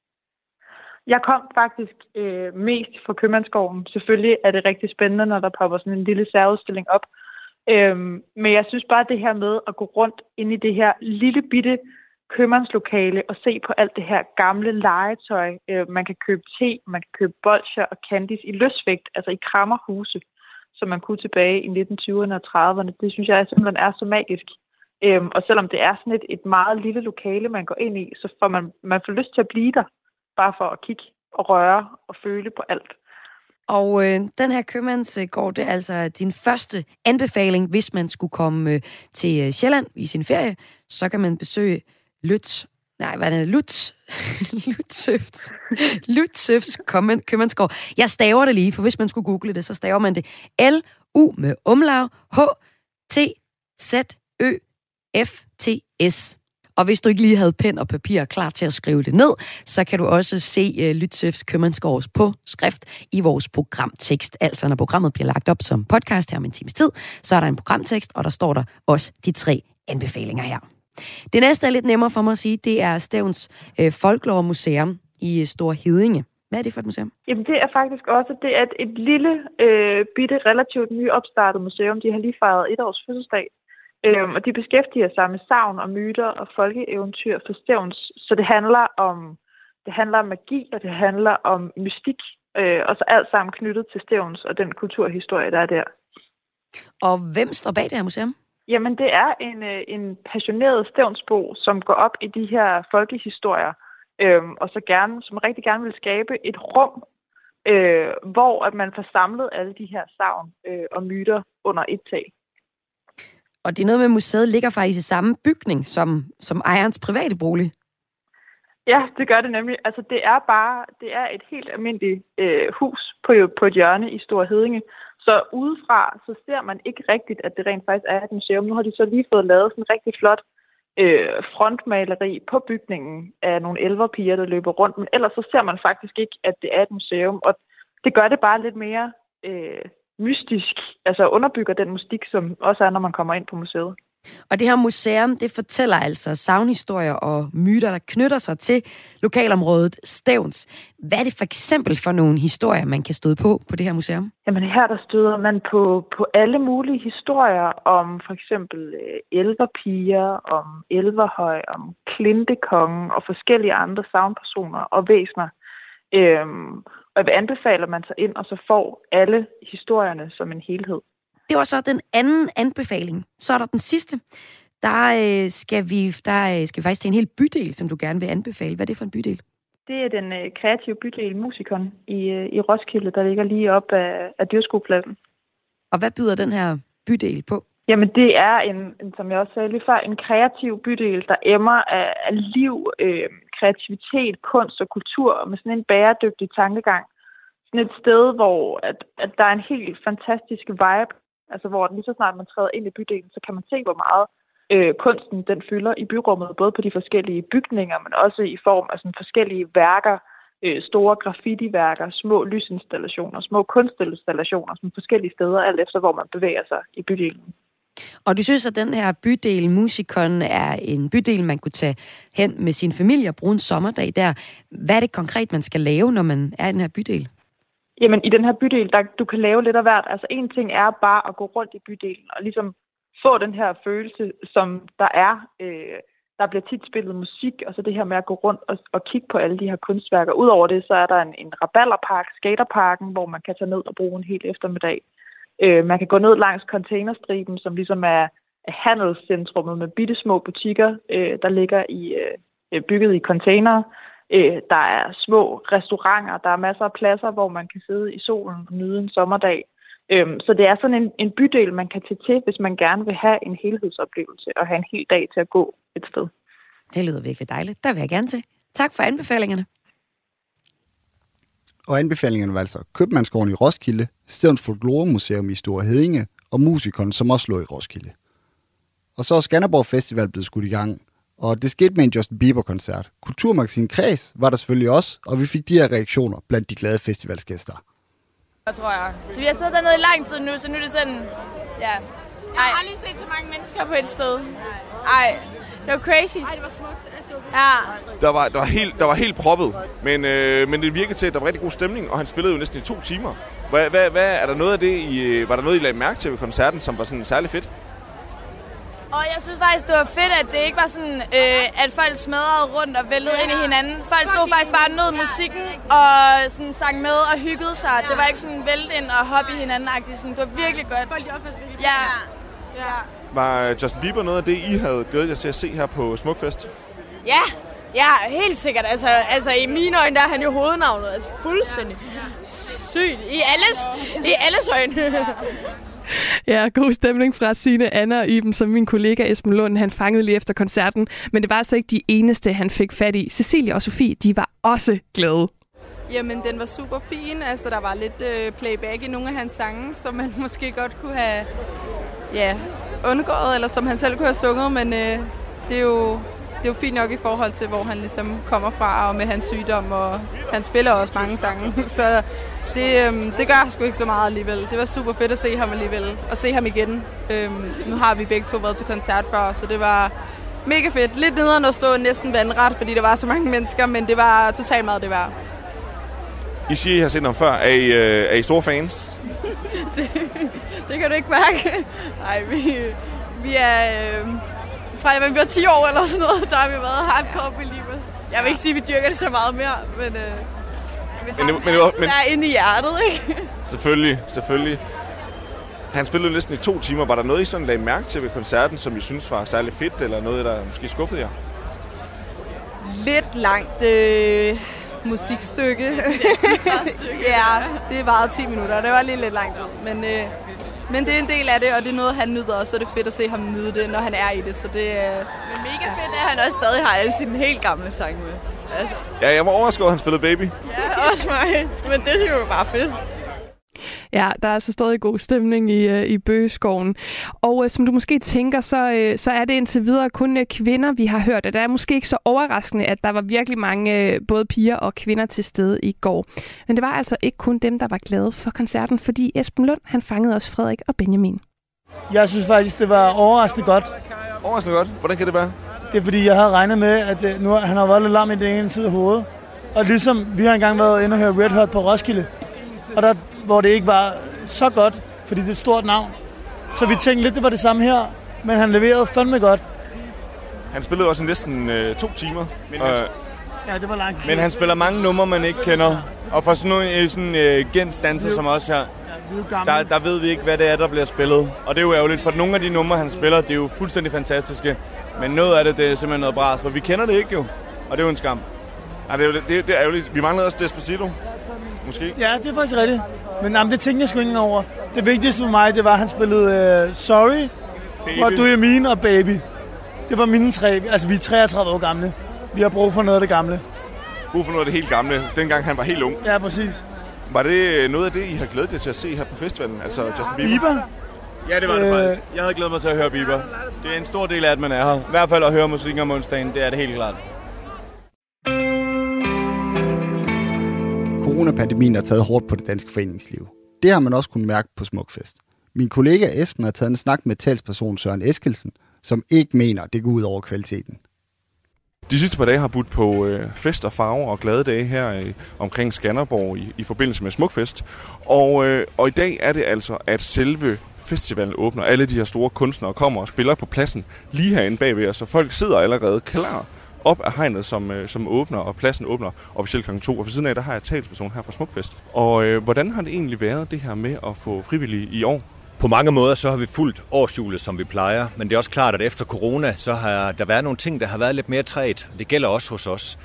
Jeg kom faktisk øh, mest for købmandsgården. Selvfølgelig er det rigtig spændende, når der popper sådan en lille særudstilling op. Øhm, men jeg synes bare, det her med at gå rundt ind i det her lille bitte købmandslokale og se på alt det her gamle legetøj. Øh, man kan købe te, man kan købe bolsjer og candies i løsvægt, altså i krammerhuse, som man kunne tilbage i nitten tyverne og trediverne. Det synes jeg simpelthen er så magisk. Øhm, og selvom det er sådan et, et meget lille lokale, man går ind i, så får man, man får lyst til at blive der, bare for at kigge og røre og føle på alt. Og øh, den her købmandsgård, det er altså din første anbefaling, hvis man skulle komme øh, til øh, Sjælland i sin ferie, så kan man besøge Lutz, nej, hvad er det? Lutz, Lutzøfts, Lutzøfts købmandsgård. Jeg staver det lige, for hvis man skulle google det, så staver man det L U med umlaug, H T Z Ø F T S. Og hvis du ikke lige havde pen og papir klar til at skrive det ned, så kan du også se uh, Lutzøfts købmandsgård på skrift i vores programtekst. Altså når programmet bliver lagt op som podcast her om en times tid, så er der en programtekst, og der står der også de tre anbefalinger her. Det næste er lidt nemmere for mig at sige, det er Stevns øh, Folklore Museum i Store Heddinge. Hvad er det for et museum? Jamen det er faktisk også, det er et, et lille, øh, bitte, relativt nyopstartet museum. De har lige fejret et års fødselsdag. Øhm, og de beskæftiger sig med sagn og myter og folkeeventyr for Stevns. Så det handler om, det handler om magi, og det handler om mystik. Øh, og så alt sammen knyttet til Stevns og den kulturhistorie, der er der. Og hvem står bag det her museum? Jamen, det er en, en passioneret stevnsbo, som går op i de her folkehistorier, øhm, og så gerne, som rigtig gerne vil skabe et rum, øh, hvor at man får samlet alle de her sagn øh, og myter under et tag. Og det er noget med, at museet ligger faktisk i samme bygning som, som ejerens private bolig. Ja, det gør det nemlig. Altså, det er bare, det er et helt almindeligt øh, hus på, på et hjørne i Store Heddinge. Så udefra, så ser man ikke rigtigt, at det rent faktisk er et museum. Nu har de så lige fået lavet sådan en rigtig flot øh, frontmaleri på bygningen af nogle elverpiger, der løber rundt. Men ellers så ser man faktisk ikke, at det er et museum. Og det gør det bare lidt mere øh, mystisk. Altså underbygger den mystik, som også er, når man kommer ind på museet. Og det her museum, det fortæller altså sagnhistorier og myter, der knytter sig til lokalområdet Stevns. Hvad er det for eksempel for nogle historier, man kan støde på på det her museum? Jamen her der støder man på, på alle mulige historier om for eksempel øh, elverpiger, om elverhøj, om klintekongen og forskellige andre sagnpersoner og væsener. Øhm, og jeg vil anbefale, at man tager ind og så får alle historierne som en helhed. Det var så den anden anbefaling. Så er der den sidste. Der, øh, skal, vi, der øh, skal vi faktisk til en hel bydel, som du gerne vil anbefale. Hvad er det for en bydel? Det er den øh, kreative bydel Musikon i, øh, i Roskilde, der ligger lige op af, af Dyrskuepladsen. Og hvad byder den her bydel på? Jamen det er, en, en, som jeg også sagde lige før, en kreativ bydel, der emmer af, af liv, øh, kreativitet, kunst og kultur, og med sådan en bæredygtig tankegang. Sådan et sted, hvor at, at der er en helt fantastisk vibe. Altså hvor lige så snart man træder ind i bydelen, så kan man se, hvor meget øh, kunsten den fylder i byrummet, både på de forskellige bygninger, men også i form af sådan forskellige værker, øh, store graffiti-værker, små lysinstallationer, små kunstinstallationer, sådan forskellige steder, alt efter hvor man bevæger sig i bydelen. Og du synes, at den her bydel Musikon er en bydel, man kunne tage hen med sin familie og bruge en sommerdag der. Hvad er det konkret, man skal lave, når man er i den her bydel? Jamen, i den her bydel, der du kan lave lidt af hvert. Altså, en ting er bare at gå rundt i bydelen og ligesom få den her følelse, som der er. Øh, der bliver tit spillet musik, og så det her med at gå rundt og, og kigge på alle de her kunstværker. Udover det, så er der en, en rabalderpark, skaterparken, hvor man kan tage ned og bruge en hel eftermiddag. Øh, man kan gå ned langs containerstriben, som ligesom er handelscentrummet med bittesmå butikker, øh, der ligger i øh, bygget i containere. Øh, der er små restauranter, der er masser af pladser, hvor man kan sidde i solen og nyde en sommerdag. Øh, så det er sådan en, en bydel, man kan tage til, hvis man gerne vil have en helhedsoplevelse og have en hel dag til at gå et sted. Det lyder virkelig dejligt. Der vil jeg gerne til. Tak for anbefalingerne. Og anbefalingerne var altså Købmandsgården i Roskilde, Stedens Folkloremuseum i Store Heddinge og Musikon, som også lå i Roskilde. Og så er Skanderborg Festival blevet skudt i gang, og det skete med en Justin Bieber-koncert. Kulturmagasin Kreds var der selvfølgelig også, og vi fik de her reaktioner blandt de glade festivalsgæster. Jeg tror jeg. Så vi har siddet dernede i lang tid nu, så nu er det sådan, ja. Jeg har aldrig set så mange mennesker på et sted. Ej, det var crazy. Ej, det var smukt. Ja. Der var, der var, helt, der var helt proppet, men, øh, men det virkede til, at der var rigtig god stemning, og han spillede jo næsten i to timer. Hvad, hvad, hvad, er der noget af det, I, var der noget, I lagde mærke til ved koncerten, som var sådan særlig fedt? Og jeg synes faktisk, det var fedt, at det ikke var sådan, øh, at folk smadrede rundt og væltede ind i hinanden. Folk stod faktisk bare og nød musikken og sådan sang med og hyggede sig. Det var ikke sådan vælte ind og hoppe i hinanden-agtigt. Sådan, det var virkelig godt. Folk de opførte virkelig. Ja. Ja. Var Justin Bieber noget af det, I havde glædet jer til at se her på Smukfest? Ja, ja, helt sikkert. Altså, altså i mine øjne, der er han jo hovednavnet. Altså fuldstændig sygt. I alles, i alles øjne. Ja, god stemning fra Signe, Anna og Iben, som min kollega Esben Lund, han fangede lige efter koncerten. Men det var altså ikke de eneste, han fik fat i. Cecilie og Sofie, de var også glade. Jamen, den var super fin. Altså, der var lidt øh, playback i nogle af hans sange, som man måske godt kunne have ja, undgået, eller som han selv kunne have sunget. Men øh, det er jo... Det er jo fint nok i forhold til, hvor han ligesom kommer fra, og med hans sygdom, og han spiller også mange sange. Så det, øhm, det gør sgu ikke så meget alligevel. Det var super fedt at se ham alligevel, og se ham igen. Øhm, nu har vi begge to været til koncert før, så det var mega fedt. Lidt nederen at stå næsten vandret, fordi der var så mange mennesker, men det var totalt meget det værd. I siger, I har set ham før. Er I, øh, er I store fans? det, det kan du ikke mærke. Nej, vi, vi er... Øh, Fra at vi var ti år eller sådan noget, der har vi været hardcore believers. Jeg vil ikke sige, at vi dyrker det så meget mere, men, øh, men, men, det, men det var men, inde i hjertet, ikke? Selvfølgelig, selvfølgelig. Han spillede næsten i to timer. Var der noget, I sådan lagde mærke til ved koncerten, som I synes var særlig fedt, eller noget, der måske skuffede jer? Lidt langt øh, musikstykke. Ja, det varede ti minutter, det var lige lidt lang tid, men... Øh, Men det er en del af det, og det er noget, han nyder også, så det er fedt at se ham nyde det, når han er i det. Så det er Men mega fedt, at han også stadig har alle sine helt gamle sange med. Altså. Ja, jeg var overrasket, at han spillede Baby. Ja, også mig. Men det er jo bare fedt. Ja, der er altså stadig god stemning i, i Bøgeskoven. Og uh, som du måske tænker, så, uh, så er det indtil videre kun uh, kvinder, vi har hørt. Og det er måske ikke så overraskende, at der var virkelig mange uh, både piger og kvinder til stede i går. Men det var altså ikke kun dem, der var glade for koncerten, fordi Esben Lund, han fangede også Frederik og Benjamin. Jeg synes faktisk, det var overraskende godt. Overraskende godt? Hvordan kan det være? Det er fordi, jeg havde regnet med, at uh, nu, han har været lidt lam i den ene side af hovedet. Og ligesom vi har engang været inde og høre Red Hot på Roskilde. Og der hvor det ikke var så godt, fordi det er et stort navn. Så vi tænkte lidt, det var det samme her, men han leverede fandme godt. Han spillede også næsten øh, to timer. Men, øh, ja, det var langt. Men han spiller mange numre, man ikke kender. Og for sådan nogle sådan, øh, gensdanser som os her, ja, der, der ved vi ikke, hvad det er, der bliver spillet. Og det er jo ærgerligt, for nogle af de numre, han spiller, det er jo fuldstændig fantastiske. Men noget af det, det er simpelthen noget bras, for vi kender det ikke jo. Og det er jo en skam. Ja, det, er jo, det, det er ærgerligt. Vi manglede også Despacito. Måske. Ja, det er faktisk rigtigt. Men jamen, det tænkte jeg sgu ikke over. Det vigtigste for mig, det var, at han spillede uh, Sorry, What Do You Mean og Baby. Det var mine tre. Altså, vi er treogtredive år gamle. Vi har brug for noget af det gamle. Brug for noget af det helt gamle, dengang han var helt ung. Ja, præcis. Var det noget af det, I har glædet jer til at se her på festivalen? Altså Justin Bieber? Bieber? Ja, det var det øh... faktisk. Jeg havde glædet mig til at høre Bieber. Det er en stor del af, at man er her. I hvert fald at høre musikken om onsdagen, det er det helt klart. Coronapandemien har taget hårdt på det danske foreningsliv. Det har man også kunnet mærke på Smukfest. Min kollega Esben har taget en snak med talsperson Søren Eskildsen, som ikke mener, det går ud over kvaliteten. De sidste par dage har budt på øh, fest og farver og glade dage her øh, omkring Skanderborg i, i forbindelse med Smukfest. Og, øh, og i dag er det altså, at selve festivalen åbner. Alle de her store kunstnere kommer og spiller på pladsen lige herinde bagved os, så folk sidder allerede klar op af hegnet, som, øh, som åbner, og pladsen åbner officielt klokken to. Og for siden af, der har jeg talsperson her fra Smukfest. Og øh, hvordan har det egentlig været, det her med at få frivillige i år? På mange måder så har vi fulgt årshjulet, som vi plejer, men det er også klart, at efter corona, så har der været nogle ting, der har været lidt mere trægt. Det gælder også hos os.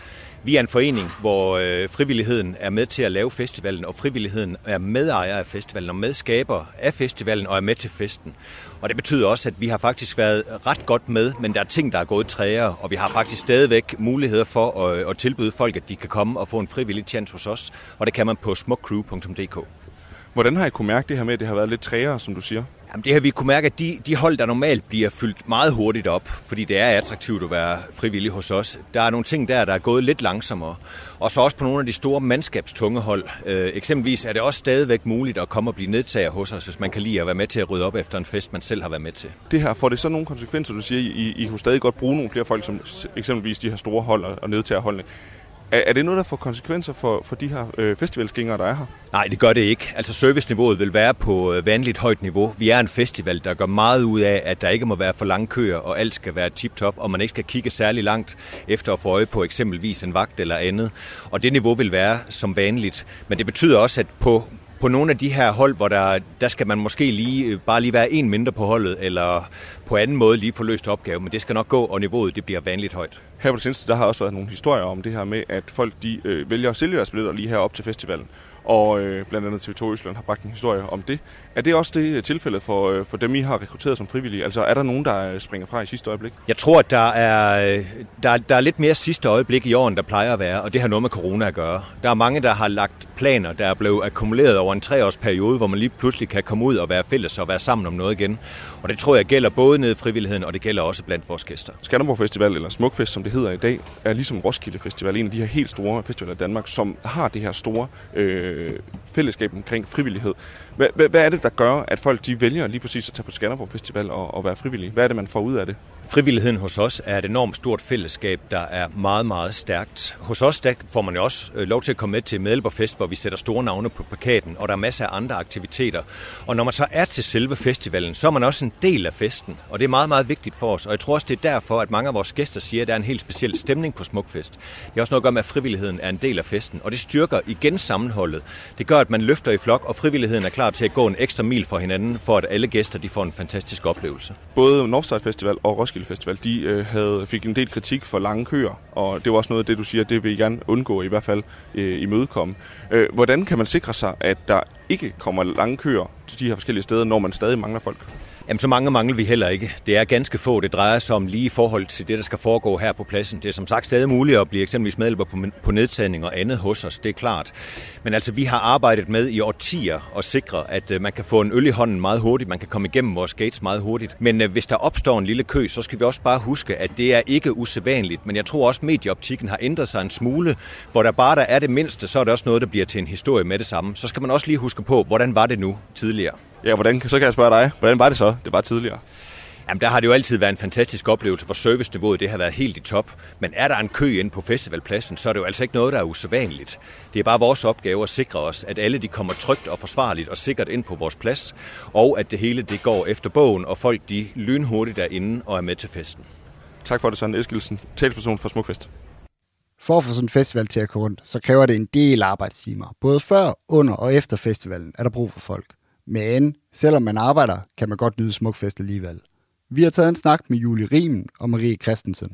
Vi er en forening, hvor øh, frivilligheden er med til at lave festivalen, og frivilligheden er medejer af festivalen og medskaber af festivalen og er med til festen. Og det betyder også, at vi har faktisk været ret godt med, men der er ting, der er gået træere, og vi har faktisk stadigvæk muligheder for at, at tilbyde folk, at de kan komme og få en frivillig tjans hos os, og det kan man på smuk crew punktum d k. Hvordan har I kunne mærke det her med, at det har været lidt træere, som du siger? Jamen, det har vi kunne mærke, at de, de hold, der normalt bliver fyldt meget hurtigt op, fordi det er attraktivt at være frivillig hos os. Der er nogle ting der, der er gået lidt langsommere. Og så også på nogle af de store mandskabstunge hold. Øh, eksempelvis er det også stadigvæk muligt at komme og blive nedtager hos os, hvis man kan lide at være med til at rydde op efter en fest, man selv har været med til. Det her, får det så nogle konsekvenser, du siger, I, I kunne stadig godt bruge nogle flere folk, som eksempelvis de her store hold og nedtagerholdene. Er, er det noget, der får konsekvenser for, for de her øh, festivalsgængere, der er her? Nej, det gør det ikke. Altså serviceniveauet vil være på øh, vanligt højt niveau. Vi er en festival, der gør meget ud af, at der ikke må være for lange køer, og alt skal være tip-top, og man ikke skal kigge særlig langt efter at få øje på eksempelvis en vagt eller andet. Og det niveau vil være som vanligt. Men det betyder også, at på På nogle af de her hold, hvor der, der skal man måske lige, bare lige være en mindre på holdet, eller på anden måde lige få løst opgave, men det skal nok gå, og niveauet det bliver vanligt højt. Her på det seneste, der har også været nogle historier om det her med, at folk de øh, vælger at sælge deres billetter lige her op til festivalen. Og øh, blandt andet T V to Østland har bragt en historie om det. Er det også det tilfælde for, øh, for dem, I har rekrutteret som frivillige? Altså er der nogen, der springer fra i sidste øjeblik? Jeg tror, at der er, der, der er lidt mere sidste øjeblik i år, end der plejer at være, og det har noget med corona at gøre. Der er mange, der har lagt planer, der er blevet akkumuleret over en treårsperiode, hvor man lige pludselig kan komme ud og være fælles og være sammen om noget igen. Og det tror jeg gælder både nede i frivilligheden, og det gælder også blandt vores gæster. Skanderborg Festival, eller Smukfest, som det hedder i dag, er ligesom Roskilde Festival, en af de her helt store festivaler i Danmark, som har det her store øh, fællesskab omkring frivillighed. Hvad, hvad, hvad er det, der gør, at folk de vælger lige præcis at tage på Skanderborg Festival og, og være frivillige? Hvad er det, man får ud af det? Frivilligheden hos os er et enormt stort fællesskab, der er meget, meget stærkt. Hos os der får man jo også lov til at komme med til Medhjælperfest, hvor vi sætter store navne på plakaten, og der er masser af andre aktiviteter. Og når man så er til selve festivalen, så er man også en del af festen, og det er meget, meget vigtigt for os. Og jeg tror også, det er derfor, at mange af vores gæster siger, at der er en helt speciel stemning på Smukfest. Det er også noget at gøre med, at frivilligheden er en del af festen, og det styrker igen sammenholdet. Det gør, at man løfter i flok, og frivilligheden er klar til at gå en ekstra mil for hinanden, for at alle gæster de får en fantastisk oplevelse. Både Northside Festival og Roskilde Festival, de øh, havde, fik en del kritik for lange køer, og det var også noget af det, du siger, det vil I gerne undgå, i hvert fald øh, imødekomme. Øh, hvordan kan man sikre sig, at der ikke kommer lange køer til de her forskellige steder, når man stadig mangler folk? Jamen, så mange mangler vi heller ikke. Det er ganske få. Det drejer sig om lige i forhold til det, der skal foregå her på pladsen. Det er som sagt stadig muligt at blive eksempelvis medhjælper på, på nedtagning og andet hos os. Det er klart. Men altså, vi har arbejdet med i årtier at sikre, at uh, man kan få en øl i hånden meget hurtigt. Man kan komme igennem vores gates meget hurtigt. Men uh, hvis der opstår en lille kø, så skal vi også bare huske, at det er ikke usædvanligt. Men jeg tror også, at medieoptikken har ændret sig en smule. Hvor der bare der er det mindste, så er det også noget, der bliver til en historie med det samme. Så skal man også lige huske på, hvordan var det nu tidligere. Ja, hvordan, så kan jeg spørge dig. Hvordan var det så? Det var tidligere. Jamen, der har det jo altid været en fantastisk oplevelse, hvor serviceniveauet det har været helt i top. Men er der en kø inde på festivalpladsen, så er det jo altså ikke noget, der er usædvanligt. Det er bare vores opgave at sikre os, at alle de kommer trygt og forsvarligt og sikkert ind på vores plads, og at det hele det går efter bogen, og folk de lynhurtigt er inde og er med til festen. Tak for det, Søren Eskildsen, talsperson for Smukfest. For at få sådan en festival til at gå rundt, så kræver det en del arbejdstimer. Både før, under og efter festivalen er der brug for folk. Men selvom man arbejder, kan man godt nyde Smukfest alligevel. Vi har taget en snak med Julie Riemen og Marie Christensen.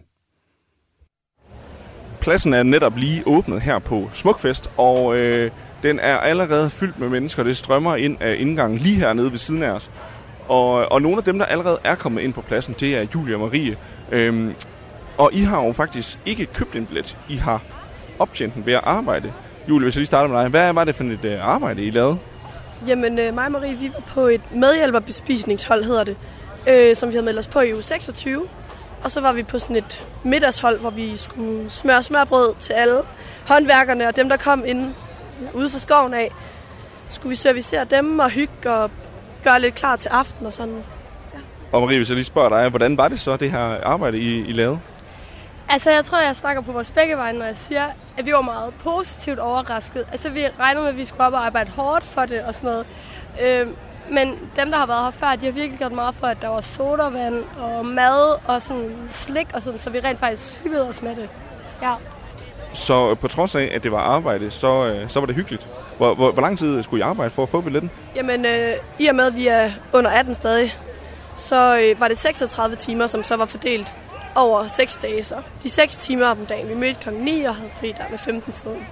Pladsen er netop lige åbnet her på Smukfest, og øh, den er allerede fyldt med mennesker. Det strømmer ind af indgangen lige hernede ved siden af os. Og, og nogle af dem, der allerede er kommet ind på pladsen, det er Julie og Marie. Øhm, og I har jo faktisk ikke købt en billet. I har optjent den ved at arbejde. Julie, hvis jeg lige starter med dig. Hvad var det for et øh, arbejde, I lavede? Jamen, øh, mig og Marie, vi var på et medhjælperbespisningshold, hedder det, øh, som vi havde meldt os på i uge seksogtyve. Og så var vi på sådan et middagshold, hvor vi skulle smøre smørbrød til alle håndværkerne og dem, der kom ind ude fra skoven af. Skulle vi servicere dem og hygge og gøre lidt klar til aften og sådan. Ja. Og Marie, hvis jeg lige spørger dig, hvordan var det så, det her arbejde, I, I lavede? Altså, jeg tror, jeg snakker på vores begge veje, når jeg siger, at vi var meget positivt overrasket. Altså, vi regnede med, at vi skulle op og arbejde hårdt for det og sådan noget. Øh, men dem, der har været her før, de har virkelig gjort meget for, at der var sodavand og mad og sådan slik og sådan, så vi rent faktisk hyggede os med det. Ja. Så på trods af, at det var arbejde, så, så var det hyggeligt. Hvor, hvor, hvor lang tid skulle I arbejde for at få billetten? Jamen, øh, i og med, at vi er under atten stadig, så øh, var det seksogtredive timer, som så var fordelt over seks dage så. De seks timer om dagen. Vi mødte klokken ni og havde fri der ved femten-tiden.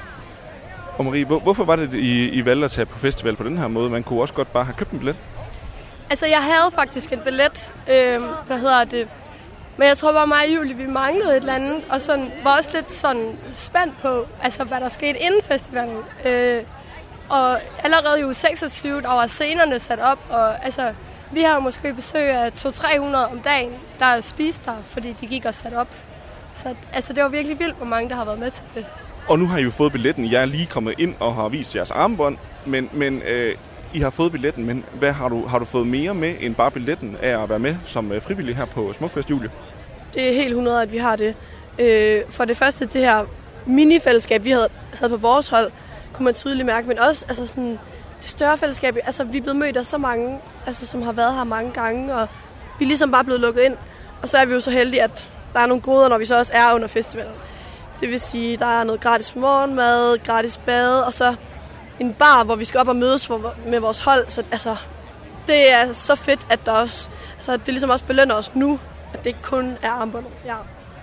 Og Marie, hvor, hvorfor var det, I, I valgte at tage på festival på den her måde? Man kunne også godt bare have købt en billet. Altså, jeg havde faktisk en billet, øh, hvad hedder det, men jeg tror bare mig og Julie, vi manglede et eller andet, og sådan, var også lidt sådan spændt på, altså, hvad der skete inden festivalen. Øh, og allerede i uge seksogtyve, der var scenerne sat op, og altså, vi har måske besøg af to til tre hundrede om dagen, der spiste der, fordi de gik og sat op. Så altså, det var virkelig vildt, hvor mange der har været med til det. Og nu har I jo fået billetten. Jeg er lige kommet ind og har vist jeres armbånd, men, men øh, I har fået billetten, men hvad har du, har du fået mere med end bare billetten af at være med som øh, frivillig her på Smukfest, Julie? Det er helt hundrede, at vi har det. Øh, for det første, det her mini-fællesskab, vi havde, havde på vores hold, kunne man tydeligt mærke, men også altså sådan, det større fællesskab. Altså, vi er blevet mødt af så mange, altså, som har været her mange gange, og vi er ligesom bare blevet lukket ind. Og så er vi jo så heldige, at der er nogle goder, når vi så også er under festivalen. Det vil sige, der er noget gratis morgenmad, gratis bad, og så en bar, hvor vi skal op og mødes for, med vores hold. Så altså, det er så fedt, at der også, altså, det ligesom også belønner os nu, at det ikke kun er armbåndet. Ja.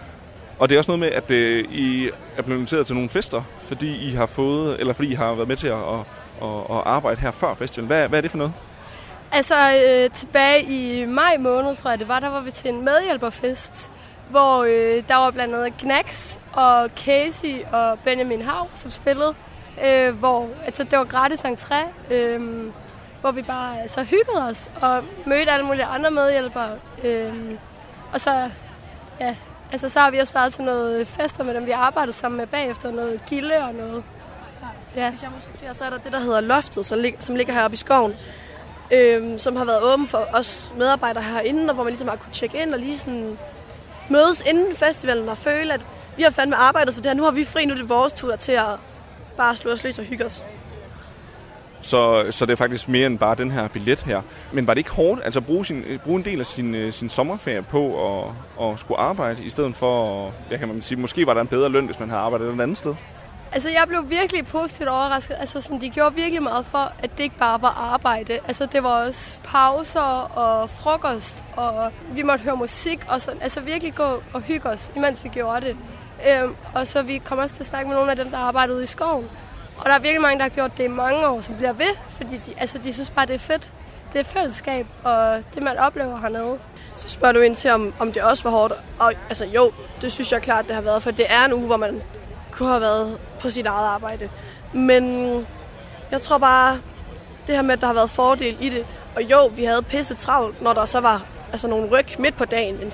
Og det er også noget med, at øh, I er blevet inviteret til nogle fester, fordi I har fået, eller fordi I har været med til at, at, at, at arbejde her før festivalen. Hvad, hvad er det for noget? Altså, øh, tilbage i maj måned, tror jeg det var, der var vi til en medhjælperfest, hvor øh, der var blandt andet Knacks og Casey og Benjamin Hav, som spillede, øh, hvor altså, det var gratis entré, øh, hvor vi bare altså, hyggede os og mødte alle mulige andre medhjælpere. Øh, og så, ja, altså, så har vi også været til noget fester med dem, vi arbejdede sammen med bagefter, noget gilde og noget. Ja. Hvis jeg må supplere, så er der det, der hedder Loftet, som ligger heroppe i skoven, øh, som har været åben for os medarbejdere herinde, og hvor man ligesom har kunne tjekke ind og lige sådan mødes inden festivalen og føle, at vi har fandme arbejdet for det her. Nu har vi fri, nu er det vores tur til at bare slå os løs og hygge os. Så, så det er faktisk mere end bare den her billet her. Men var det ikke hårdt, altså bruge, sin, bruge en del af sin, sin sommerferie på at, at skulle arbejde, i stedet for, ja, kan man sige, måske var der en bedre løn, hvis man havde arbejdet et andet sted? Altså, jeg blev virkelig positivt overrasket. Altså, sådan, de gjorde virkelig meget for, at det ikke bare var arbejde. Altså, det var også pauser og frokost, og vi måtte høre musik og sådan. Altså, virkelig gå og hygge os, imens vi gjorde det. Øhm, og så vi kom også til at snakke med nogle af dem, der arbejdede ude i skoven. Og der er virkelig mange, der har gjort det i mange år, som bliver ved, fordi de, altså, de synes bare, det er fedt. Det er fællesskab, og det, man oplever hernede. Så spørger du ind til, om, om det også var hårdt. Og altså, jo, det synes jeg klart, det har været, for det er en uge, hvor man kunne have været på sit eget arbejde. Men jeg tror bare, det her med, at der har været fordel i det. Og jo, vi havde pisse travlt, når der så var altså, nogle ryg midt på dagen. Men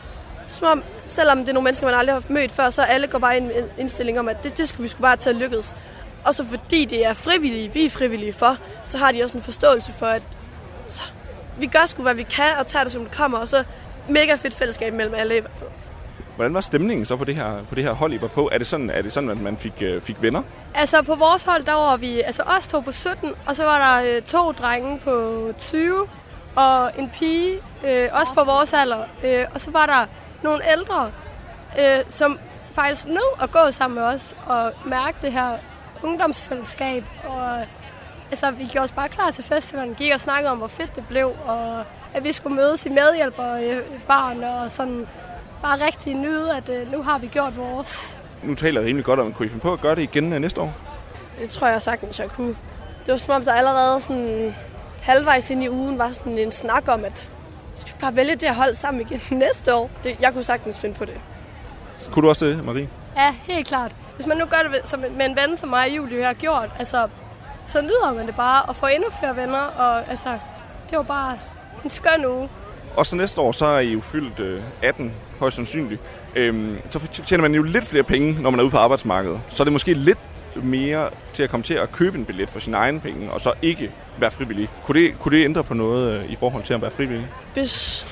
som om, selvom det er nogle mennesker, man aldrig har mødt før, så alle går bare ind med en indstilling om, at det, det skulle vi skulle bare til at lykkes. Og så fordi det er frivillige, vi er frivillige for, så har de også en forståelse for, at så, vi gør sgu, hvad vi kan, og tager det, som det kommer. Og så mega fedt fællesskab mellem alle i hvert fald. Hvordan var stemningen så på det her, på det her hold, I var på? Er det sådan, er det sådan at man fik, øh, fik venner? Altså på vores hold, der var vi altså os to på sytten, og så var der øh, to drenge på tyve, og en pige, øh, også på vores alder. Øh, og så var der nogle ældre, øh, som faktisk nød at gå sammen med os og mærke det her ungdomsfællesskab. Og altså, vi gjorde os bare klar til festivalen, gik og snakkede om, hvor fedt det blev, og at vi skulle mødes i medhjælper i baren og sådan. Bare rigtig nyde, at øh, nu har vi gjort vores. Nu taler jeg rimelig godt om, at kunne I finde på at gøre det igen øh, næste år? Det tror jeg sagtens, jeg kunne. Det var som om, der allerede sådan halvvejs ind i ugen var sådan en snak om, at skal vi bare vælge det her hold sammen igen næste år. Det, jeg kunne sagtens finde på det. Kunne du også det, Marie? Ja, helt klart. Hvis man nu gør det som, med en ven, som mig og Julie har gjort, altså, så nyder man det bare at få endnu flere venner. Og altså, det var bare en skøn uge. Og så næste år, så er I jo fyldt øh, atten, højst sandsynligt. Øhm, så tjener man jo lidt flere penge, når man er ude på arbejdsmarkedet. Så er det måske lidt mere til at komme til at købe en billet for sine egne penge, og så ikke være frivillig. Kunne det, kunne det ændre på noget øh, i forhold til at være frivillig? Hvis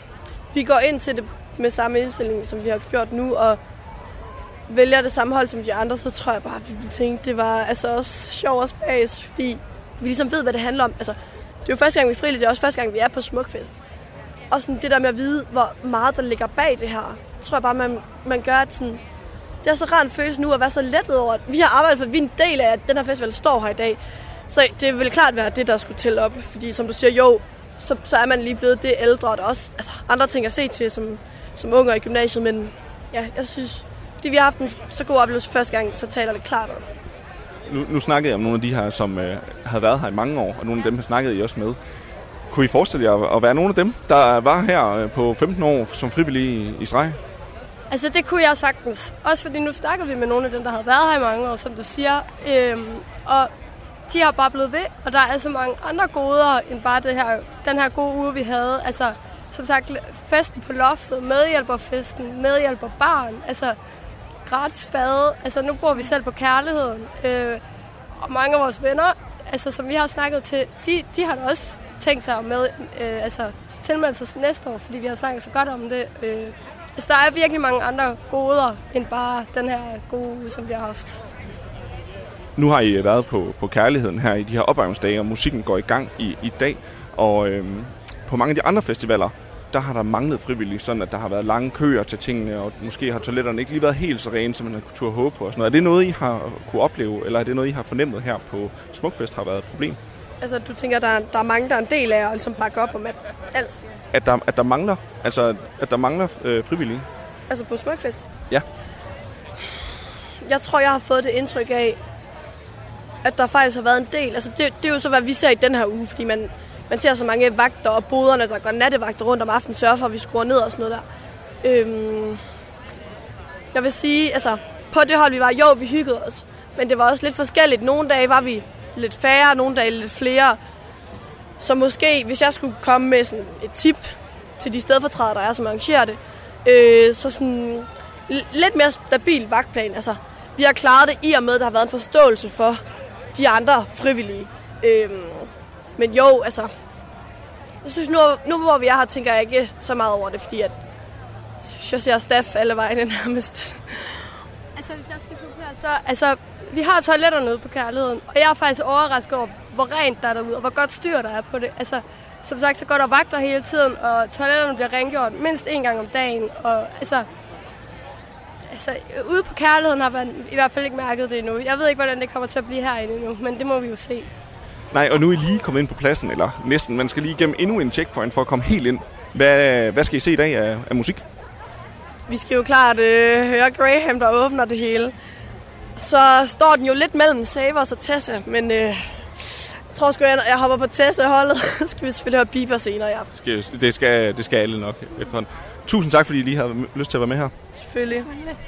vi går ind til det med samme indstilling, som vi har gjort nu, og vælger det samme hold som de andre, så tror jeg bare, at vi vil tænke, det var altså også sjov og spas, fordi vi ligesom ved, hvad det handler om. Altså, det er jo første gang, vi er frivillige, det er også første gang, vi er på Smukfest. Og sådan det der med at vide, hvor meget der ligger bag det her, tror jeg bare, man, man gør, at sådan, det er så rart en følelse nu at være så lettet over, at vi har arbejdet for, at vi er en del af, at den her festival står her i dag. Så det vil klart være det, der skulle tælle op, fordi som du siger, jo, så, så er man lige blevet det ældre, og der er også altså, andre ting at se til, som som unger i gymnasiet, men ja, jeg synes, fordi vi har haft en så god oplevelse første gang, så taler det klart om. Nu, nu snakkede jeg om nogle af de her, som øh, havde været her i mange år, og nogle af dem har snakket I også med. Kunne I forestille jer at være nogle af dem, der var her på femten år som frivillige i, i streg? Altså, det kunne jeg sagtens. Også fordi nu snakker vi med nogle af dem, der har været her i mange år, som du siger. Øhm, og de har bare blevet ved, og der er så mange andre goder end bare det her, den her gode uge, vi havde. Altså, som sagt, festen på loftet, medhjælperfesten, medhjælperbarn, altså gratis bade. Altså, nu bor vi selv på Kærligheden. Øh, og mange af vores venner, altså, som vi har snakket til, de, de har da også tænkt sig med, øh, altså, tilmelde sig næste år, fordi vi har snakket så godt om det. Øh, altså, der er virkelig mange andre goder end bare den her gode uge, som vi har haft. Nu har I været på, på Kærligheden her i de her opvarmningsdage, og musikken går i gang i, i dag. Og øhm, på mange af de andre festivaler, der har der manglet frivillige, sådan at der har været lange køer til tingene, og måske har toiletterne ikke lige været helt så rene, som man har kunne håbe på. Og sådan noget. Er det noget, I har kunne opleve, eller er det noget, I har fornemmet her på Smukfest har været et problem? Altså, du tænker, der er, der er mange, der er en del af, og ligesom bakke op om at alt. At der, at der mangler, altså, at der mangler øh, frivillige? Altså på Smukfest? Ja. Jeg tror, jeg har fået det indtryk af, at der faktisk har været en del. Altså, det, det er jo så, hvad vi ser i den her uge, fordi man, man ser så mange vagter og boderne, der går nattevagter rundt om aftenen, sørger for, at vi skruer ned og sådan noget der. Øhm, jeg vil sige, altså, på det hold, vi var, jo, vi hyggede os, men det var også lidt forskelligt. Nogle dage var vi lidt færre, nogle dage lidt flere. Så måske, hvis jeg skulle komme med sådan et tip til de stedfortrædere, der er, som arrangerer det, øh, så sådan lidt mere stabil vagtplan. Altså, vi har klaret det i og med, at der har været en forståelse for de andre frivillige. Øhm, men jo, altså, jeg synes nu, nu hvor vi er her, tænker jeg ikke så meget over det, fordi at, jeg ser staff alle vejen nærmest. Altså, hvis jeg skal supplere, så... Altså, vi har toiletterne ude på Kærligheden, og jeg er faktisk overrasket over, hvor rent der er derude, og hvor godt styr der er på det. Altså, som sagt, så går der vagter hele tiden, og toiletterne bliver rengjort mindst en gang om dagen. Og altså, altså ude på Kærligheden har man i hvert fald ikke mærket det endnu. Jeg ved ikke, hvordan det kommer til at blive herinde endnu, men det må vi jo se. Nej, og nu er I lige kommet ind på pladsen, eller næsten. Man skal lige igennem endnu en checkpoint for at komme helt ind. Hvad, hvad skal I se i dag af, af musik? Vi skal jo klart øh, høre Graham, der åbner det hele. Så står den jo lidt mellem Savers og Tessa, men øh, jeg tror sgu, jeg, jeg hopper på Tessa-holdet. Så skal vi selvfølgelig høre Bieber senere i aften. Skal, det, skal, det skal alle nok efterhånden. Tusind tak, fordi I lige havde lyst til at være med her. Selvfølgelig.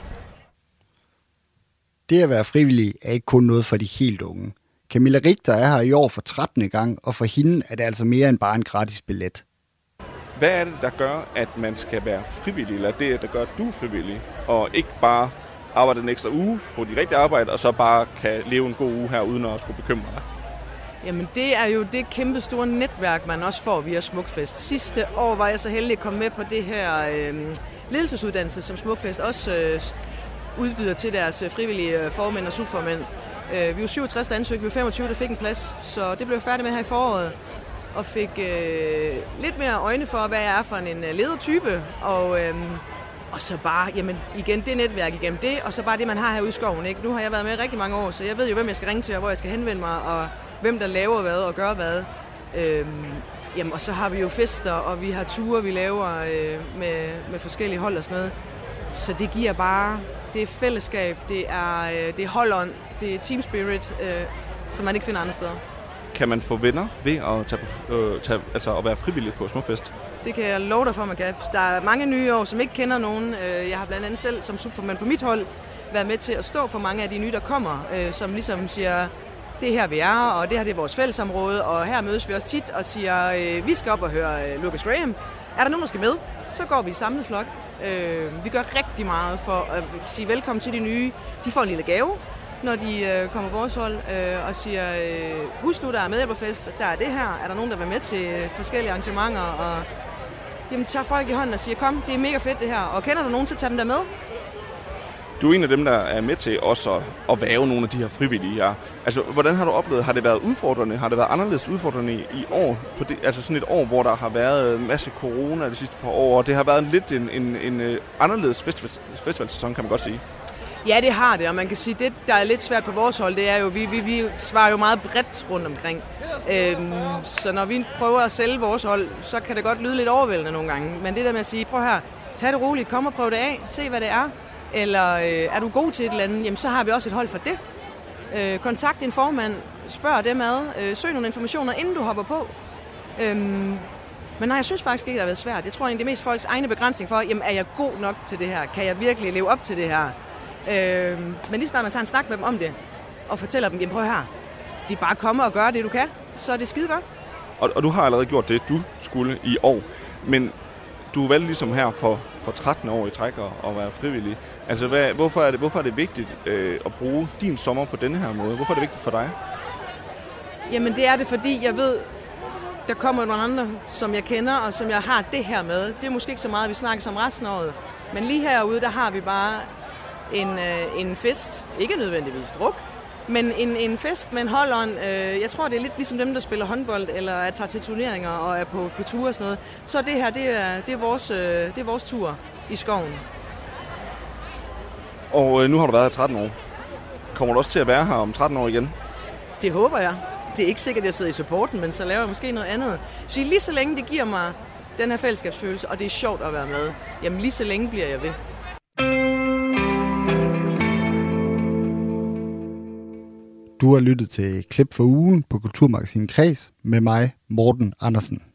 Det at være frivillig er ikke kun noget for de helt unge. Camilla Richter er her i år for trettende gang, og for hende er det altså mere end bare en gratis billet. Hvad er det, der gør, at man skal være frivillig, eller det, der gør, at du er frivillig, og ikke bare arbejde en ekstra uge på de rigtige arbejde, og så bare kan leve en god uge her, uden at skulle bekymre dig? Jamen, det er jo det kæmpe store netværk, man også får via Smukfest. Sidste år var jeg så heldig at komme med på det her øh, ledelsesuddannelse, som Smukfest også øh, udbyder til deres frivillige øh, formænd og subformænd. Øh, vi var syvogtres, der ansøgte, vi var femogtyve, der fik en plads, så det blev jeg færdig med her i foråret. Og fik øh, lidt mere øjne for, hvad jeg er for en ledertype, og, øh, og så bare, jamen igen, det netværk igennem det, og så bare det, man har herude i skoven, ikke? Nu har jeg været med rigtig mange år, så jeg ved jo, hvem jeg skal ringe til, og hvor jeg skal henvende mig, og hvem der laver hvad og gør hvad. Øh, jamen, og så har vi jo fester, og vi har ture, vi laver øh, med, med forskellige hold og sådan noget. Så det giver bare, det er fællesskab, det er, øh, det er holdånd, det er team spirit, øh, som man ikke finder andre steder. Kan man få venner ved at, tage, øh, tage, altså at være frivillig på Smukfest? Det kan jeg love dig for, man kan. Der er mange nye år, som ikke kender nogen. Jeg har blandt andet selv som supermand på mit hold været med til at stå for mange af de nye, der kommer, som ligesom siger, det er her vi er, og det her det er vores fællesområde, og her mødes vi også tit og siger, vi skal op og høre Lucas Graham. Er der nogen, der skal med? Så går vi i samlet flok. Vi gør rigtig meget for at sige velkommen til de nye. De får en lille gave, når de øh, kommer på vores hold øh, og siger, øh, husk nu, der er medhjælperfest, der er det her, er der nogen, der vil med til forskellige arrangementer, og jamen, tager folk i hånden og siger, kom, det er mega fedt det her, og kender du nogen til at tage dem der med? Du er en af dem, der er med til også at, at væve nogle af de her frivillige. Ja. Altså, hvordan har du oplevet, har det været udfordrende, har det været anderledes udfordrende i, i år, på det, altså sådan et år, hvor der har været en masse corona de sidste par år, og det har været lidt en, en, en, en anderledes festival, festivalsæson, kan man godt sige. Ja, det har det, og man kan sige, det, der er lidt svært på vores hold, det er jo, vi, vi, vi svarer jo meget bredt rundt omkring. Øhm, så når vi prøver at sælge vores hold, så kan det godt lyde lidt overvældende nogle gange. Men det der med at sige, prøv her, tag det roligt, kom og prøv det af, se hvad det er. Eller øh, er du god til et eller andet, jamen så har vi også et hold for det. Øh, kontakt din formand, spørg dem ad, øh, søg nogle informationer, inden du hopper på. Øhm, men nej, jeg synes faktisk ikke, det har været svært. Jeg tror egentlig, det er mest folks egne begrænsning for, jamen er jeg god nok til det her? Kan jeg virkelig leve op til det her? Øh, men lige snart man tager en snak med dem om det, og fortæller dem, jamen prøv her, de bare kommer og gør det, du kan, så er det skide godt. Og, og du har allerede gjort det, du skulle i år. Men du valgte ligesom her for, for tretten år i træk at, at være frivillig. Altså, hvad, hvorfor, er det, hvorfor er det vigtigt øh, at bruge din sommer på denne her måde? Hvorfor er det vigtigt for dig? Jamen det er det, fordi jeg ved, der kommer nogle andre, som jeg kender, og som jeg har det her med. Det er måske ikke så meget, vi snakker om resten af året. Men lige herude, der har vi bare en, øh, en fest. Ikke nødvendigvis druk, men en, en fest med en holdånd. Øh, jeg tror, det er lidt ligesom dem, der spiller håndbold, eller tager til turneringer og er på, på ture og sådan noget. Så det her, det er, det er, vores, øh, det er vores tur i skoven. Og øh, nu har du været her tretten år. Kommer du også til at være her om tretten år igen? Det håber jeg. Det er ikke sikkert, at jeg sidder i supporten, men så laver jeg måske noget andet. Så lige så længe det giver mig den her fællesskabsfølelse, og det er sjovt at være med, jamen lige så længe bliver jeg ved. Du har lyttet til Klip for ugen på Kulturmagasinet Kreds med mig, Morten Andersen.